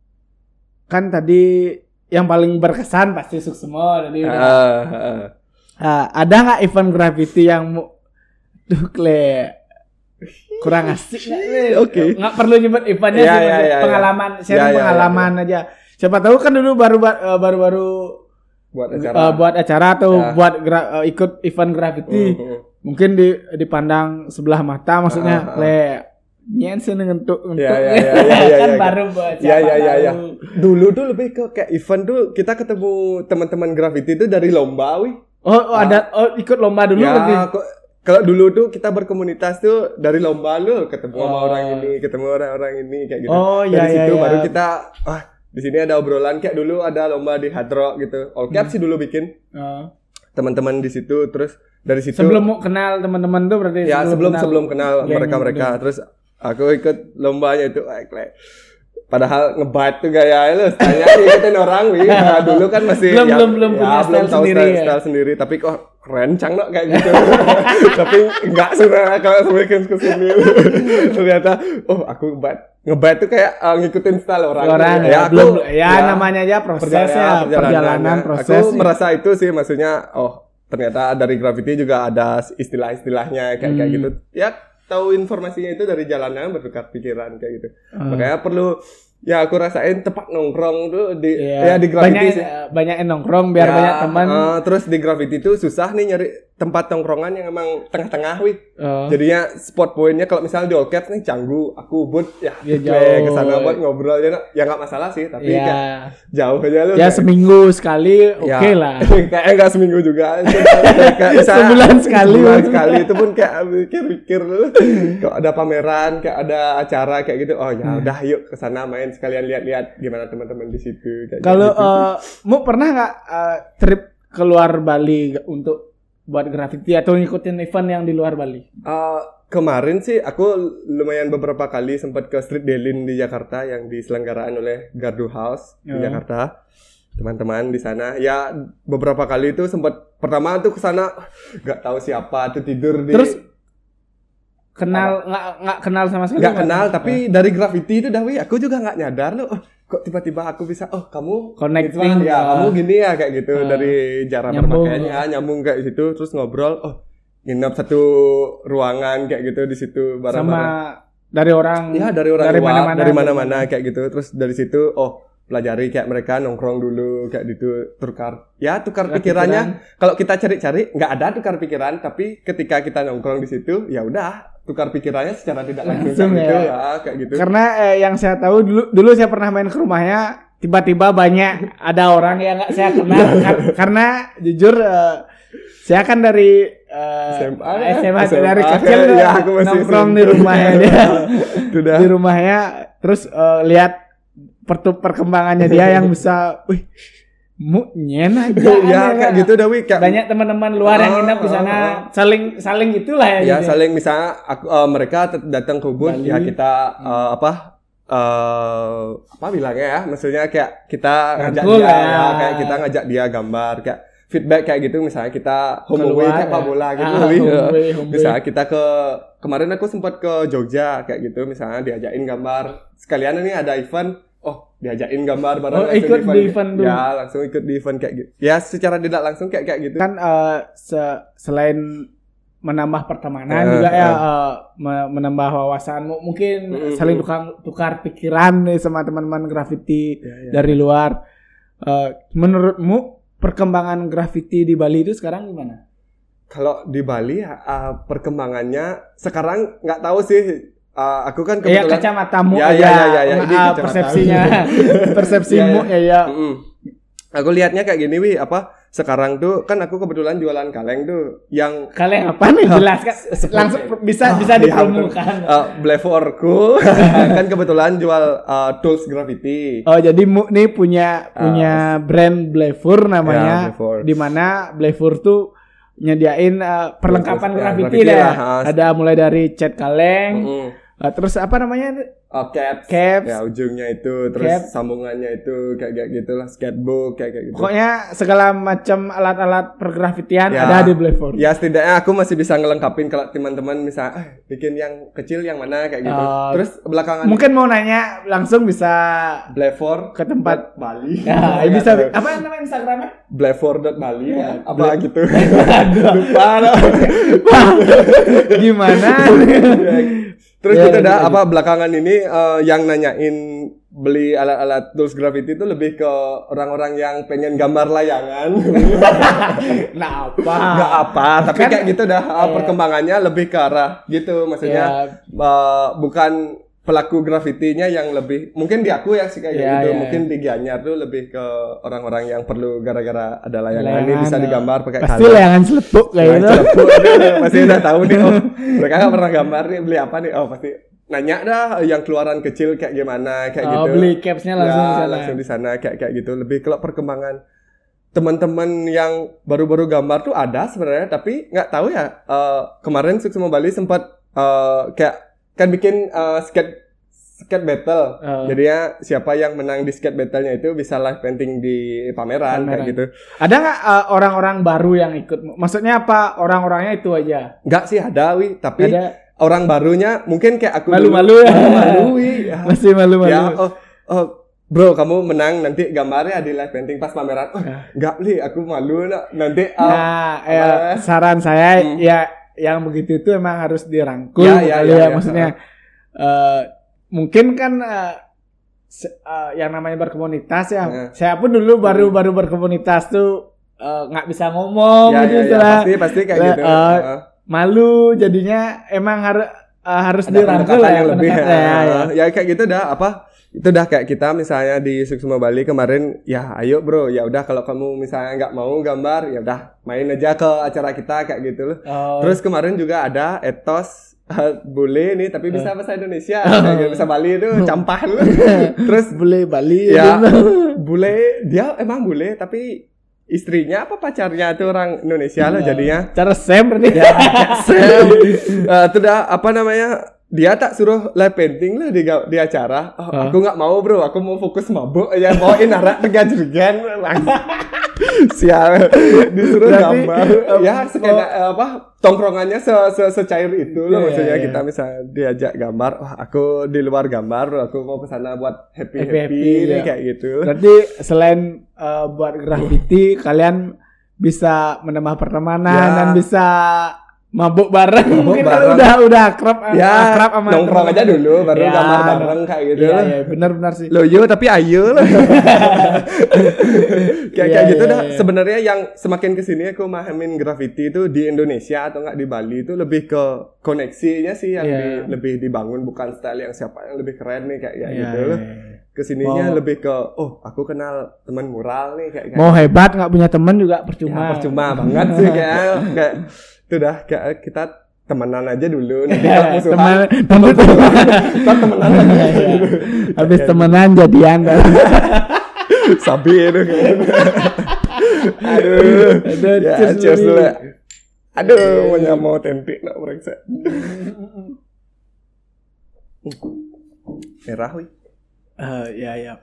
kan tadi yang paling berkesan pasti Suksemo. Jadi uh, uh. Uh, ada nggak event graffiti yang mau tuh kle kurang asik nggak? Oke. Okay. Nggak perlu nyebut eventnya ya, sih, ya, ya, pengalaman, ya. sharing ya, pengalaman ya, ya. aja. Siapa tahu kan dulu baru baru baru buat acara, uh, buat acara atau ya. buat gra- uh, ikut event graffiti, uh, uh. mungkin di dipandang sebelah mata, maksudnya uh, uh. le nyensen ngentuk untuk ya, ya, ya, ya, ya, kan ya, baru buat ya, ya, ya, ya. Dulu tuh lebih ke kayak event tuh kita ketemu teman-teman graffiti itu dari lomba, wih. Oh, oh uh. ada oh ikut lomba dulu ya, berarti. Kok, kalau dulu tuh kita berkomunitas tuh dari lomba lu ketemu oh. sama orang ini, ketemu orang-orang ini kayak gitu. Oh, dari ya, situ ya, baru ya. kita ah di sini ada obrolan kayak dulu ada lomba di Hard Rock gitu. All Cap hmm. sih dulu bikin. Oh. Teman-teman di situ terus dari situ sebelum mau kenal teman-teman tuh berarti ya sebelum kenal sebelum kenal mereka-mereka terus aku ikut lombanya itu kayak padahal ngebat tuh gaya lu tanya ikutin orang wih. Nah, dulu kan masih belum ya, belum belum ya, punya belum style sendiri style, ya. style sendiri tapi kok rencang no kayak gitu. Tapi enggak sebenarnya kalau semakin kesini ternyata oh aku ngebat ngebat tuh kayak uh, ngikutin style orang. Orang ya, ya, aku, belum ya, ya namanya aja proses perjalanan, ya perjalanan, perjalanan proses. Aku merasa itu sih maksudnya oh ternyata dari graffiti juga ada istilah-istilahnya kayak hmm. kayak gitu. Ya tahu informasinya itu dari jalanan bertukar pikiran kayak gitu. Hmm. Makanya perlu ya aku rasain tempat nongkrong tuh di yeah. ya di graffiti banyak, sih. Banyak nongkrong biar ya, banyak teman. Uh, terus di graffiti tuh susah nih nyari tempat nongkrongan yang emang tengah-tengah wih. Uh. Jadinya spot pointnya kalau misalnya di All Caps nih Canggu, aku Bud ya, ya jauh ke sana buat ngobrol aja ya nggak masalah sih tapi ya. Kayak jauh aja lu. Ya kayak, seminggu sekali oke okay ya, lah. Kayak enggak seminggu juga. Kayak misalnya, sebulan sekali. Sebulan sekali itu pun kayak mikir-mikir dulu. Kalau ada pameran, kayak ada acara kayak gitu, oh ya udah hmm. yuk ke sana main sekalian lihat-lihat gimana teman-teman di situ. Kalau gitu. uh, mau pernah nggak uh, trip keluar Bali untuk buat graffiti atau ngikutin event yang di luar Bali? Uh, kemarin sih aku lumayan beberapa kali sempat ke Street Delin di Jakarta yang diselenggarakan oleh Gardu House oh. di Jakarta. Teman-teman di sana ya beberapa kali itu sempat pertama tuh ke sana nggak tahu siapa tuh tidur di terus kenal nggak nggak kenal sama sekali nggak kenal tapi dari graffiti itu Dawi aku juga nggak nyadar loh oh, kok tiba-tiba aku bisa oh kamu connecting ya uh, kamu gini ya kayak gitu uh, dari cara berpakaiannya uh. nyambung kayak situ terus ngobrol oh nginep satu ruangan kayak gitu di situ bareng-bareng sama dari orang ya dari orang dari luar mana-mana, dari mana-mana kayak gitu terus dari situ oh pelajari kayak mereka nongkrong dulu kayak gitu tukar ya tukar tukar pikirannya pikiran. Kalau kita cari-cari nggak ada tukar pikiran tapi ketika kita nongkrong di situ ya udah tukar pikirannya secara tidak langsung kayak gitu ya kayak gitu karena eh, yang saya tahu dulu dulu saya pernah main ke rumahnya tiba-tiba banyak ada orang yang nggak saya kenal kar- karena jujur uh, saya kan dari uh, S M A, S M A, S M A dari kecil ya, aku masih nongkrong di rumahnya dia di rumahnya terus uh, lihat pertu perkembangannya dia yang bisa, wih, mu nyen aja. Ya kayak gitu dah, wih. Banyak teman-teman luar yang nginep di sana, saling saling gitulah ya. Ya gitu. saling misalnya aku, uh, mereka datang ke ubud, ya kita uh, apa uh, apa bilangnya ya, maksudnya kayak kita ngajak dia, ya. Ya, kayak kita ngajak dia gambar, kayak feedback kayak gitu, misalnya kita home away kayak Pak Bola gitu, ah, home away, home misalnya kita ke kemarin aku sempat ke Jogja kayak gitu, misalnya diajakin gambar, sekalian ini ada event. Oh, diajakin gambar bareng oh, ikut di event, di event dulu. Ya, langsung ikut di event kayak gitu. Ya, secara tidak langsung kayak kayak gitu. Kan uh, se- selain menambah pertemanan uh, juga uh, ya uh, menambah wawasan, mungkin uh, saling tukar tukar pikiran nih sama teman-teman graffiti yeah, yeah. dari luar. Uh, menurutmu perkembangan graffiti di Bali itu sekarang gimana? Kalau di Bali uh, perkembangannya sekarang nggak tahu sih. Uh, aku kan kebetulan ya kacamatamu ya, ya, ya, ya, ya, ini uh, persepsinya persepsimu ya, ya. ya, ya. Mm-hmm. Aku lihatnya kayak gini wih apa sekarang tuh kan aku kebetulan jualan kaleng tuh yang kaleng apa nih jelaskan langsung bisa oh, bisa dipromokan ya, uh, Bleforku kan kebetulan jual uh, tools graffiti. Oh jadi mu nih punya uh, punya brand Blefor namanya ya, di mana Blefor tuh nyediain uh, perlengkapan ya, graffiti ya, deh. Lah, ada mulai dari cat kaleng, mm-hmm. uh, terus apa namanya? Oh, caps. Caps. Ya ujungnya itu, terus caps. Sambungannya itu kayak kayak gitulah, sketchbook kayak kayak gitu. Pokoknya segala macam alat-alat pergrafitian ya, ada di Blefor. Ya setidaknya aku masih bisa ngelengkapin kalau teman-teman misal eh, bikin yang kecil yang mana kayak gitu. Uh, terus belakangan mungkin mau nanya langsung bisa Blefor ke tempat Bali. Ya, ya bisa. Apa nama Instagramnya? blefor dot bali ya, apa Ble- gitu. Lupa lah. Gimana? Terus ya, kita udah apa belakangan ini uh, yang nanyain beli alat-alat tools graffiti itu lebih ke orang-orang yang pengen gambar layangan. Nah apa? Gak apa, tapi kan, kayak gitu dah uh, perkembangannya lebih ke arah gitu, maksudnya ya. uh, bukan pelaku grafitinya yang lebih mungkin di aku ya sih kayak ya, gitu, ya, mungkin ya. Di Gianyar tuh lebih ke orang-orang yang perlu gara-gara ada layangan, layangan ini bisa digambar pakai pasti kalem. Layangan selepuk kayak gitu. Selepuk, pasti udah tahu nih. Oh, mereka nggak pernah gambar nih beli apa nih? Oh pasti nanya dah yang keluaran kecil kayak gimana kayak oh, gitu. Beli capsnya langsung ya, di sana. langsung di sana kayak kayak gitu. Lebih kalau perkembangan teman-teman yang baru-baru gambar tuh ada sebenarnya, tapi nggak tahu ya. Uh, kemarin Suksma Bali sempat uh, kayak kan bikin uh, skate skate battle. Uh. Jadinya siapa yang menang di skate battle-nya itu bisa live painting di pameran, pameran. Kayak gitu. Ada nggak uh, orang-orang baru yang ikut? Maksudnya apa? Orang-orangnya itu aja? Nggak sih ada, wi. Tapi ada. Orang barunya mungkin kayak aku malu-malu ya. Malu-malu, ya. Masih malu-malu. Ya, oh, oh, bro, kamu menang nanti gambarnya di live painting pas pameran. Oh, nggak li, aku malu nak. Nanti. Uh, nah, ya, saran saya hmm. ya. Yang begitu itu emang harus dirangkul ya, ya, ya, ya, ya, maksudnya uh. Uh, mungkin kan uh, se- uh, yang namanya berkomunitas ya. ya. Saya pun dulu baru hmm. baru berkomunitas tuh nggak uh, bisa ngomong ya, gitu ya, ya, pasti pasti kayak uh, gitu. Uh, uh. Malu jadinya emang harus uh, harus dirangkul ya, yang lebih ya, ya, ya. ya kayak gitu dah apa itu dah kayak kita misalnya di Suksma Bali kemarin ya ayo bro ya udah kalau kamu misalnya nggak mau gambar ya udah main aja ke acara kita kayak gitu loh. Oh. Terus kemarin juga ada etos uh, bule nih tapi bisa bahasa Indonesia oh. kayak bisa Bali itu campah loh. Terus bule Bali ya bule dia emang bule tapi istrinya apa pacarnya itu orang Indonesia lah jadinya. Cara Sam berarti. Ya, Sam. uh, itu dah apa namanya? Dia tak suruh live painting lah di, di acara. Oh, huh? Aku nggak mau bro, aku mau fokus mabuk aja bawain arak tegak-jegan sial disuruh berarti, gambar. Uh, ya sekena uh, apa tongkrongannya se, se secair itu loh yeah, maksudnya yeah, kita yeah. misalnya diajak gambar, wah aku di luar gambar, aku mau ke sana buat happy happy, happy nih ya. Kayak gitu. Berarti selain uh, buat graffiti, kalian bisa menambah pertemanan yeah. dan bisa mabuk bareng. Mabuk bareng. Udah udah akrab ya, akrab sama nongkrong aja dulu baru ya, gambar bareng kayak gitu. Iya, ya, benar-benar sih. Lo yo tapi ayo lah. kayak ya, kayak gitu ya, dah. Ya. Sebenarnya yang semakin kesini aku mahamin graffiti itu di Indonesia atau enggak di Bali itu lebih ke koneksinya sih yang ya. di, lebih dibangun bukan style yang siapa yang lebih keren nih kayak, kayak ya, gitu loh. Ya. Kesininya wow. lebih ke oh aku kenal teman mural nih kayak. Mau kayak hebat nggak punya teman juga percuma. Ya, percuma banget sih kayak kayak itu dah kayak kita temenan aja dulu nanti kalau musuhan nanti temenan temenan lagi habis temenan jadian sabi itu aduh aduh ya, cheers dulu aduh mau mau tempe nak mereka merah wi uh, ya ya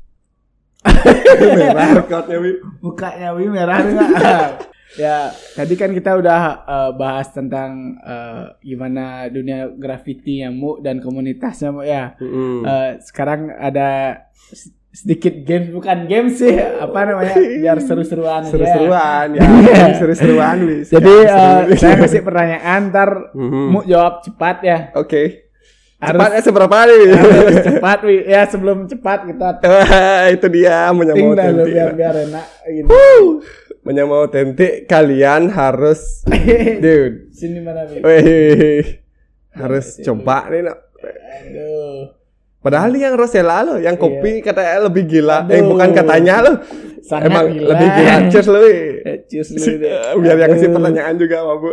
merah rekatnya wi mukanya wi merah enggak. Ya, tadi kan kita udah uh, bahas tentang uh, gimana dunia graffiti Mu dan komunitasnya Mu ya. Mm-hmm. Uh, sekarang ada sedikit game, bukan game sih, apa namanya? Biar seru-seruan aja. Seru-seruan ya. Seru-seruan wis. Jadi uh, saya kasih pertanyaan ntar mm-hmm. Mu jawab cepat ya. Oke. Okay. Cepatnya seberapa nih? Harus cepat, wi. Ya sebelum cepat kita. Itu dia menyamau tentik. Biar biar enak. Gini. Menyamau tentik kalian harus, dude. Sini mana wi? Wih, harus coba nih nak. Aduh. Padahal yang Rosella loh, yang kopi Iya. katanya lebih gila. Aduh. Eh bukan katanya loh. Sangat Emang gila. lebih gila. Cheers loh. Eh, Cheers dulu deh. Biar yang ngasih Aduh. pertanyaan juga Mabuk.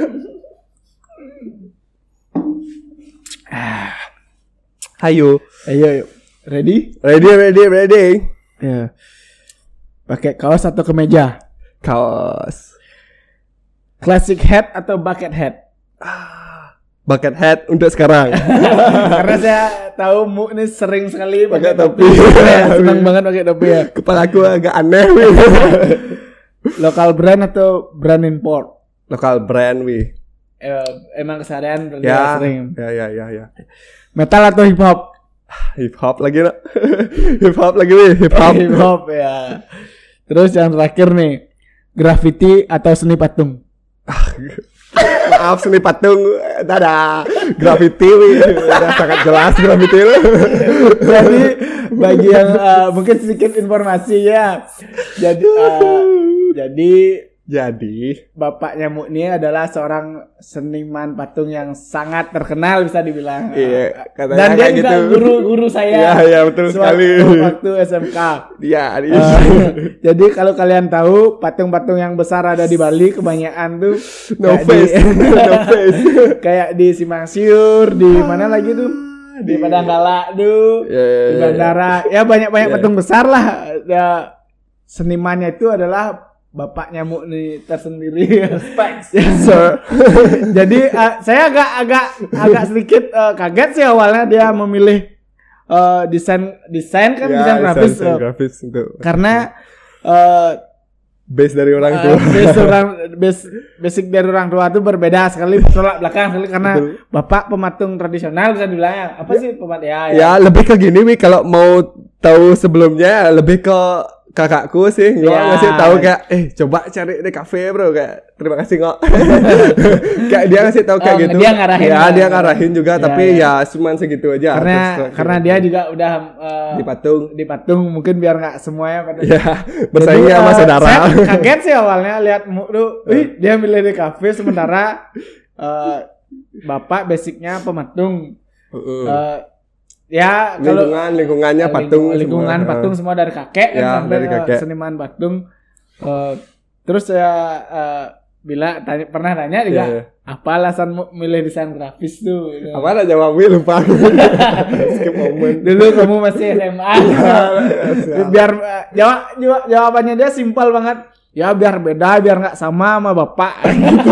Hayo. Ayo, ayo. Ready? Ready, ready, ready. Ya. Pakai kaos atau kemeja? Kaos. Classic hat atau bucket hat? Bucket hat untuk sekarang. Karena saya tahu Mu ini sering sekali Pakai pakai topi. topi. Ya, senang banget pakai topi ya. Kepala aku agak aneh. Lokal brand atau brand import? Lokal brand wi. Eh, emang keseharian berarti Ya, sering. ya, ya, ya, ya. Metal atau hip hop? Hip hop lagi nak. Hip hop lagi wi. Hip hop. Hip hop ya. Terus yang terakhir nih, graffiti atau seni patung? Maaf seni patung. Dadah. Graffiti wi. Udah sangat jelas graffiti lo. Jadi bagi yang uh, mungkin sedikit informasi ya. Jadi uh, jadi Jadi bapaknya Mu ini adalah seorang seniman patung yang sangat terkenal bisa dibilang. iya, katanya Dan dia kayak juga gitu. guru-guru saya. Iya, iya betul sekali. Waktu S M K. Iya, Uh, jadi kalau kalian tahu patung-patung yang besar ada di Bali kebanyakan tuh no kayak face, di, no face. kayak di Simpang Siur, di mana lagi tuh? Di Padang Gala tuh, Ya, ya, di ya, bandara. Ya banyak-banyak Ya. patung besar lah. Ya, senimannya itu adalah bapaknya Mu nih tersendiri. Sir. Jadi uh, saya agak agak agak sedikit uh, kaget sih awalnya dia memilih uh, desain desain kan Ya, desain grafis desain uh, grafis itu. karena uh, Base dari orang uh, tua. base orang base, basic dari orang tua itu berbeda sekali tolak belakang sekali karena Betul. bapak pematung tradisional bisa dibilangnya apa sih pematung ya, Ya lebih ke gini wi, kalau mau tahu sebelumnya lebih ke kakakku sih nggak Ya. ngasih tahu kayak eh coba cari di kafe bro kayak terima kasih nggak kayak dia ngasih tahu kayak Oh, gitu dia ngarahin ya lah. dia ngarahin juga Ya, tapi ya. ya cuman segitu aja karena terus- karena dia juga udah uh, di patung di patung mungkin biar nggak semuanya pada ya bersaing Jadi, sama uh, saudara Saya kaget sih awalnya lihat Mu tuh, wih dia milih di kafe sementara uh, bapak basicnya pematung. Heeh. Uh, ya kalau lingkungan lingkungannya uh, patung lingkungan, lingkungan semua. patung semua dari kakek kan Ya, sampai dari uh, kakek. seniman patung. Uh, terus saya uh, bila tanya, pernah nanya juga Ya, ya. apa alasanmu milih desain grafis tuh? Gitu. apa ada jawabnya lupa aku. Skip momen Dulu kamu masih S M A. biar uh, jawab, jawab jawabannya dia simpel banget. Ya biar beda, biar nggak sama sama bapak.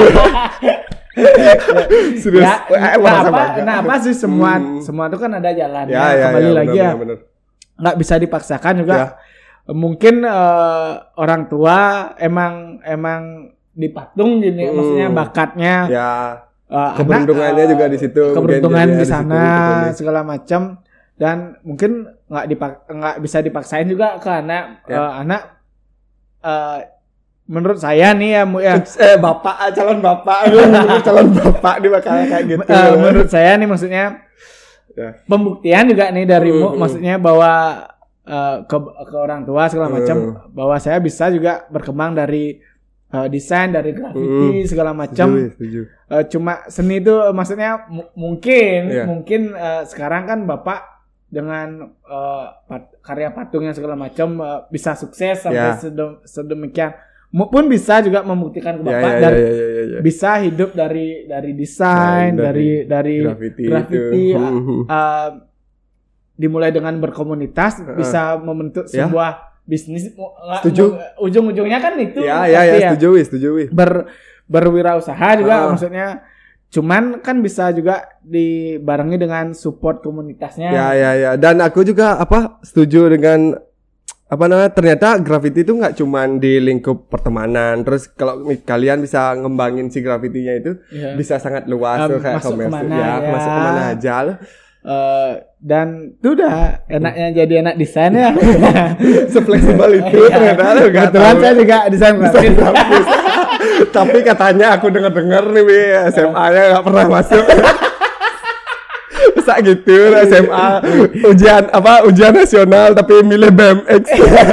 serius Ya, Eh, nah, masa apa, bangga. nah apa sih semua Hmm. semua itu kan ada jalannya. ya ya Kembali ya, lagi bener, ya, bener, bener. nggak bisa dipaksakan juga. Ya. Mungkin eh, orang tua emang emang dipatung gini, Hmm. maksudnya bakatnya. Ya eh, keberuntungannya anak, eh, juga di situ mungkin keberuntungan jadinya di situ, sana gitu. segala macam dan mungkin nggak dipak nggak bisa dipaksain juga ke anak Ya. eh, anak eh, menurut saya nih ya Mu, ya eh bapak calon bapak calon bapak dia bakal kayak gitu eh, menurut saya nih maksudnya Ya. pembuktian juga nih dari Mu Hmm. maksudnya bahwa eh, ke ke orang tua segala macam Hmm. bahwa saya bisa juga berkembang dari eh, desain dari graffiti Hmm. segala macam. Setuju, setuju. Eh, cuma seni itu maksudnya mu- mungkin Iya. mungkin eh, sekarang kan bapak dengan eh, pat- karya patungnya segala macam eh, bisa sukses sampai Ya. sedem- sedemikian. Mu pun bisa juga membuktikan ke Ya, bapak ya, dan ya, ya, ya, ya. bisa hidup dari dari desain, Nah, dari dari dari graffiti graffiti, itu. uh, Hmm. uh, dimulai dengan berkomunitas Uh-uh. bisa membentuk Ya. sebuah bisnis. Mu- nggak- Setuju. mu- ujung-ujungnya kan itu Ya, ya, pasti ya, setuju, Wi, setuju, Wi. ber berwirausaha juga Uh-uh. maksudnya. Cuman kan bisa juga dibarengi dengan support komunitasnya. Ya, ya, ya. Dan aku juga apa setuju dengan apa namanya ternyata graffiti itu nggak cuman di lingkup pertemanan. Terus kalau mi- kalian bisa ngembangin si graffitinya itu Iya. bisa sangat luas Um, tuh kayak masuk komersil. kemana, ya, ya. masuk kemana aja loh. Eh, dan itu udah enaknya jadi anak desain ya. Sefleksibel itu Iya. ternyata lo nggak Kebetulan tahu. saya juga desain grafis. Tapi katanya aku dengar-dengar nih Wi, S M A-nya nggak pernah masuk. Masa gitu S M A ujian apa ujian nasional tapi milih B M X.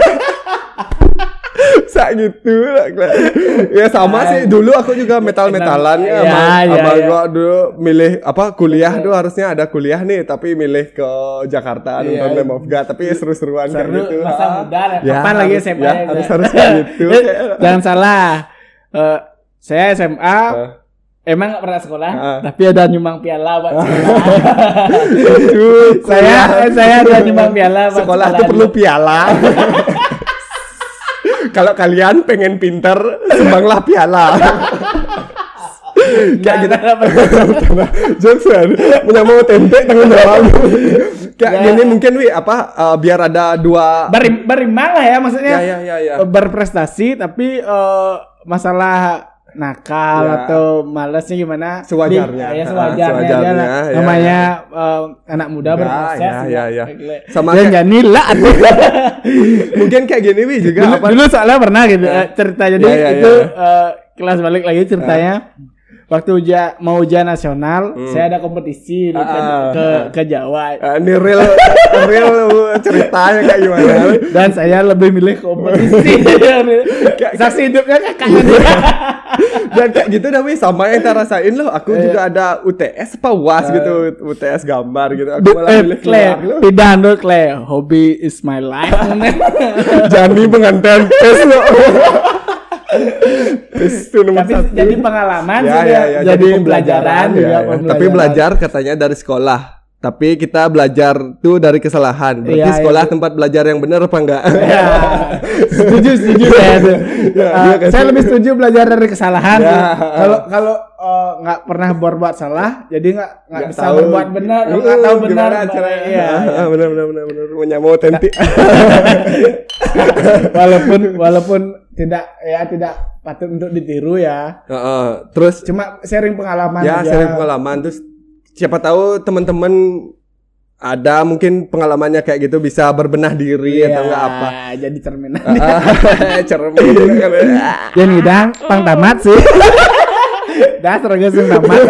Sak gitu ya sama sih dulu aku juga metal-metalan ya sama ya, sama ya. gua dulu milih apa kuliah tuh harusnya ada kuliah nih tapi milih ke Jakarta nonton Lamb of God tapi seru-seruan kayak Seru, gitu. masa muda lah. Ya, Kapan lagi harus- S M A ya, harus harus kayak gitu. Jangan salah. Eh, saya S M A Eh. emang gak pernah sekolah, Ah. tapi ada nyumbang piala buat sekolah. Itu saya kuliah. saya ada nyumbang piala buat sekolah itu perlu piala. Kalau kalian pengen pinter, sumbanglah piala. Kayak gitu. Johnson punya mau tempe tanggung jawab. Kayak Ya. gini mungkin wi apa uh, biar ada dua. Berim, berimbang lah ya maksudnya. Ya ya ya ya. Berprestasi tapi eh, masalah nakal Ya. atau malasnya gimana? Sewajarnya. Di- ya Ah, sewajarnya, sewajarnya, aja lah. ya. Namanya eh, anak muda Ya, berproses. ya, ya, ya. Sama Dan kayak- janilah Mungkin kayak gini wi juga dulu, apa? dulu soalnya pernah gitu eh, cerita jadi Ya, ya, itu ya. eh, kelas balik lagi ceritanya waktu ujian mau ujian nasional saya ada kompetisi di- ke, Ah, ke ke Jawa Uh, ini real real ceritanya kayak gimana? dan saya lebih milih kompetisi saksi hidupnya kakaknya dia. Dan kayak gitu dah wih sama yang kita rasain loh. Aku Eh. juga ada U T S apa U A S gitu, U T S gambar gitu. Aku Du- malah eh, milih Clay, keluar loh. tidak dulu Clay, hobby is my life. Jani pengantin tes loh. Tes itu nomor Tapi satu. jadi pengalaman Ya, sih ya, dia. ya, jadi pembelajaran ya, juga ya. pembelajaran. Tapi belajar katanya dari sekolah. Tapi kita belajar tuh dari kesalahan. Berarti Iya, sekolah iya. tempat belajar yang benar apa enggak? Ya, setuju setuju saya tuh. Ya, Uh, iya kan saya sih? lebih setuju belajar dari kesalahan. Ya. tuh. Kalau kalau uh, nggak pernah berbuat salah, jadi nggak nggak Nggak bisa tahu. berbuat benar, Uh, nggak tahu benar. gimana caranya. Iya, iya. Benar benar benar benar. Punya mau otentik. walaupun walaupun tidak ya tidak patut untuk ditiru ya. Heeh. Terus Cuma sharing pengalaman ya aja. sharing pengalaman terus siapa tahu teman-teman ada mungkin pengalamannya kayak gitu bisa berbenah diri Iya, atau enggak apa. jadi cerminan. Ah, cermin kan. Yang ngidang pang tamat sih. Dah terus tamat.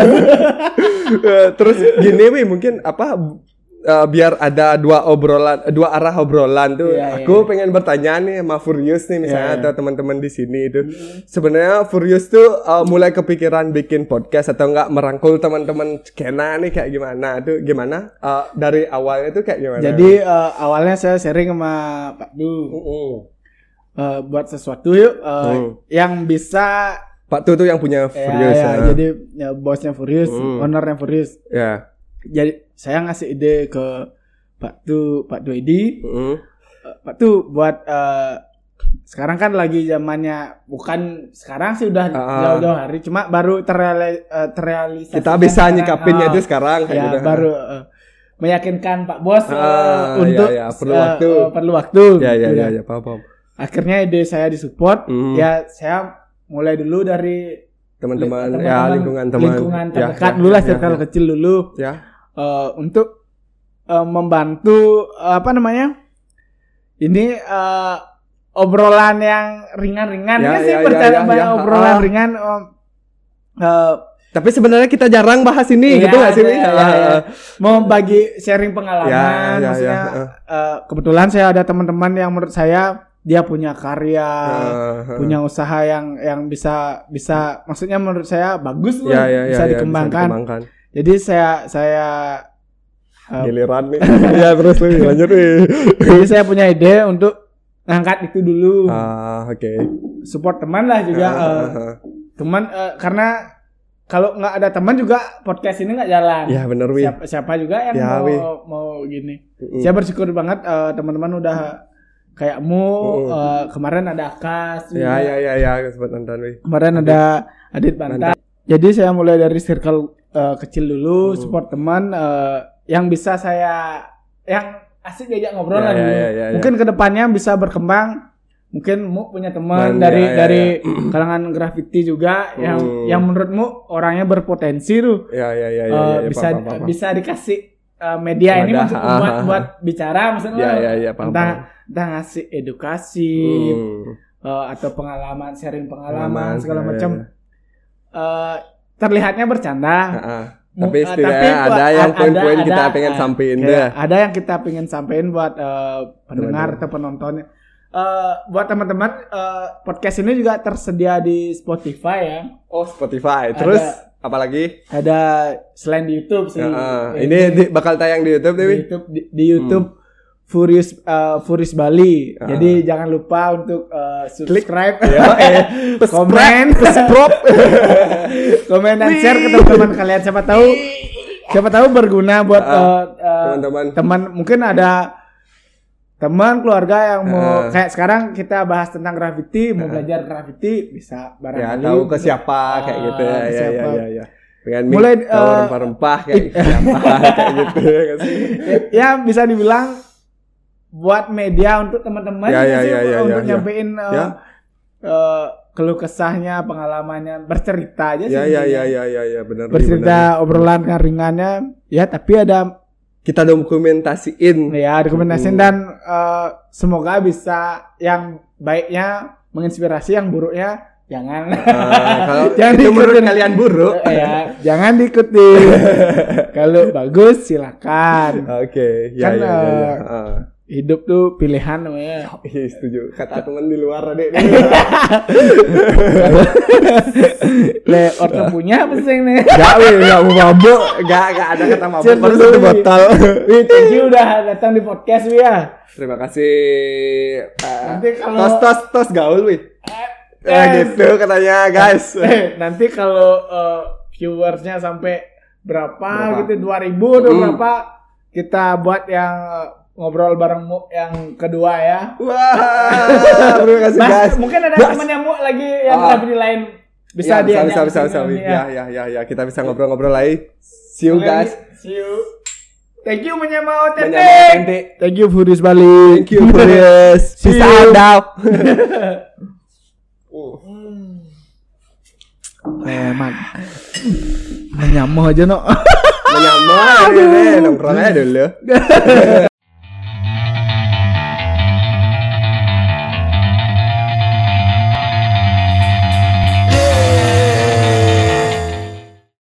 Eh, Terus gini wih mungkin apa eh, biar ada dua obrolan dua arah obrolan tuh. Iya, Aku pengen bertanya nih sama Furious nih misalnya Iya, iya. atau teman-teman di sini itu. Sebenarnya Furious tuh eh, mulai kepikiran bikin podcast atau enggak merangkul teman-teman skena nih kayak gimana tuh gimana Eh, dari awalnya tuh kayak gimana? Jadi eh, awalnya saya sharing sama Pak Du Mm-mm. eh, buat sesuatu yuk eh, Hmm. yang bisa Pak tuh tuh yang punya ya, Furious ya, ya. jadi ya, bosnya Furious, Hmm. ownernya Furious. Ya. Jadi saya ngasih ide ke Pak Du, Pak Du Edi, Mm-mm. eh, Pak Du buat eh, sekarang kan lagi zamannya bukan sekarang sih udah Ah. jauh-jauh hari, cuma baru terreali, eh, terrealisasi. Kita bisa nyikapinnya itu sekarang kayak ya gitu. baru eh, meyakinkan Pak Bos eh, Ah, untuk ya, ya, perlu eh, waktu. eh, perlu waktu. Ya ya Udah. ya ya paham paham. Akhirnya ide saya disupport. Hmm. Ya saya mulai dulu dari Teman-teman li- ya lingkungan teman. lingkungan Ya, terdekat ya, dulu lah, ya, circle ya. kecil dulu Ya. eh, untuk eh, membantu eh, apa namanya ini eh, obrolan yang ringan-ringan Ya, ya, sih ya, ya, bercanda ya, banyak ya. obrolan Ah. ringan om. Eh, Tapi sebenarnya kita jarang bahas ini iya, gitu nggak sih? ya, Wi? ya, Ah, ya. Mau bagi sharing pengalaman, Ya, ya, maksudnya ya, eh, kebetulan saya ada teman-teman yang menurut saya dia punya karya, ah, ah. punya usaha yang yang bisa bisa maksudnya menurut saya bagus loh, Ya, ya, ya, bisa ya, dikembangkan. dikembangkan. Jadi saya saya eh, Giliran nih. Ya terus lu lanjut nih. jadi saya punya ide untuk ngangkat itu dulu, Ah, oke. support teman lah juga. Ah, eh, ah, ah. teman eh, karena kalau nggak ada teman juga podcast ini nggak jalan. Ya bener Wi. Siapa, siapa juga yang Ya, mau Wi. mau gini. Mm-mm. Saya bersyukur banget eh, teman-teman udah kayakmu. Mm-mm. eh, kemarin ada Akas Ya juga. ya ya ya aku sempat nonton Wi. Kemarin ada Adit Banta. Jadi saya mulai dari circle eh, kecil dulu, Mm. support teman eh, yang bisa saya yang asik diajak ngobrol Ya, lah ya, dulu. ya, ya, ya. Mungkin kedepannya bisa berkembang. Mungkin mu punya teman Man, dari ya, ya, dari ya. kalangan graffiti juga yang Hmm. yang menurutmu orangnya berpotensi tuh. Ya ya ya ya, Eh, ya, ya, bisa paham, paham, paham. bisa dikasih eh, media ini Wadah, maksud ah, buat ah, ah. buat bicara maksudnya Ya, ya, ya, paham, entah paham. entah ngasih edukasi Hmm. eh, atau pengalaman sharing Pengalaman, pengalaman segala ya, ya, macam. ya. Eh, terlihatnya bercanda Ah, ah. Tapi setidaknya uh, ada yang poin-poin kita pengen uh, sampein deh. Ada yang kita pengen sampein buat uh, pendengar atau penontonnya. Uh, buat teman-teman uh, podcast ini juga tersedia di Spotify ya. Oh Spotify. Terus ada, apalagi? Ada selain di YouTube sih. Uh, ini, ini di, bakal tayang di YouTube, Dewi? Di YouTube, di, di YouTube hmm. Furious uh, Furious Bali. Uh. Jadi jangan lupa untuk uh, subscribe, ya, eh, komen, subscribe, komen dan share ke teman-teman kalian. Siapa tahu, siapa tahu berguna buat uh, uh, uh, teman-teman. Teman mungkin ada teman keluarga yang mau uh, kayak sekarang kita bahas tentang graffiti, mau uh, belajar graffiti bisa barangkali. Ya tahu ke siapa uh, kayak gitu ya, ya, ya, ya, ya. Pengen mulai tahu uh, rempah-rempah kayak siapa kayak gitu ya, ya bisa dibilang buat media untuk teman-teman ya, ya, ya, ya, untuk ya, nyampein ya. Uh, Ya. Uh, keluh kesahnya, pengalamannya, bercerita aja sih. Ya ya ya ya ya ya benar. Bercerita benar. Obrolan ringannya ya, tapi ada kita dokumentasiin. Ya, dokumentasiin hmm. dan uh, semoga bisa yang baiknya menginspirasi, yang buruknya jangan. Uh, kalau jangan itu menurut kalian buruk, ya jangan diikuti. Kalau bagus silakan. Oke, okay. ya, kan ya, ya, ya. Uh, hidup tuh pilihan namanya. Oh, iya, setuju. Kata teman di luar adek. Le, orto punya apa sih nih? Enggak, weh, enggak mau mabuk. Enggak, enggak ada kata mabuk. Baru satu botol. Wih, thank you udah datang di podcast Wi ya. Terima kasih. Uh, nanti kalau tos tos tos gaul wih. Eh, eh gitu katanya, guys. Eh, nanti kalau uh, viewersnya sampai berapa, berapa? gitu dua ribu atau hmm. berapa kita buat yang ngobrol bareng Mu yang kedua ya. Wah, terima kasih guys. Mungkin ada teman yang Mu lagi yang oh. di lain bisa ya, dia bisa bisa bisa, bisa. Ya. ya ya ya kita bisa ngobrol-ngobrol lagi. See you guys. See you. Thank you Menyama Otente. Thank you Furious Bali. Thank you Furious. See you. Oh. Emak. Menyama aja no. Menyama ini nongkrong aja dulu.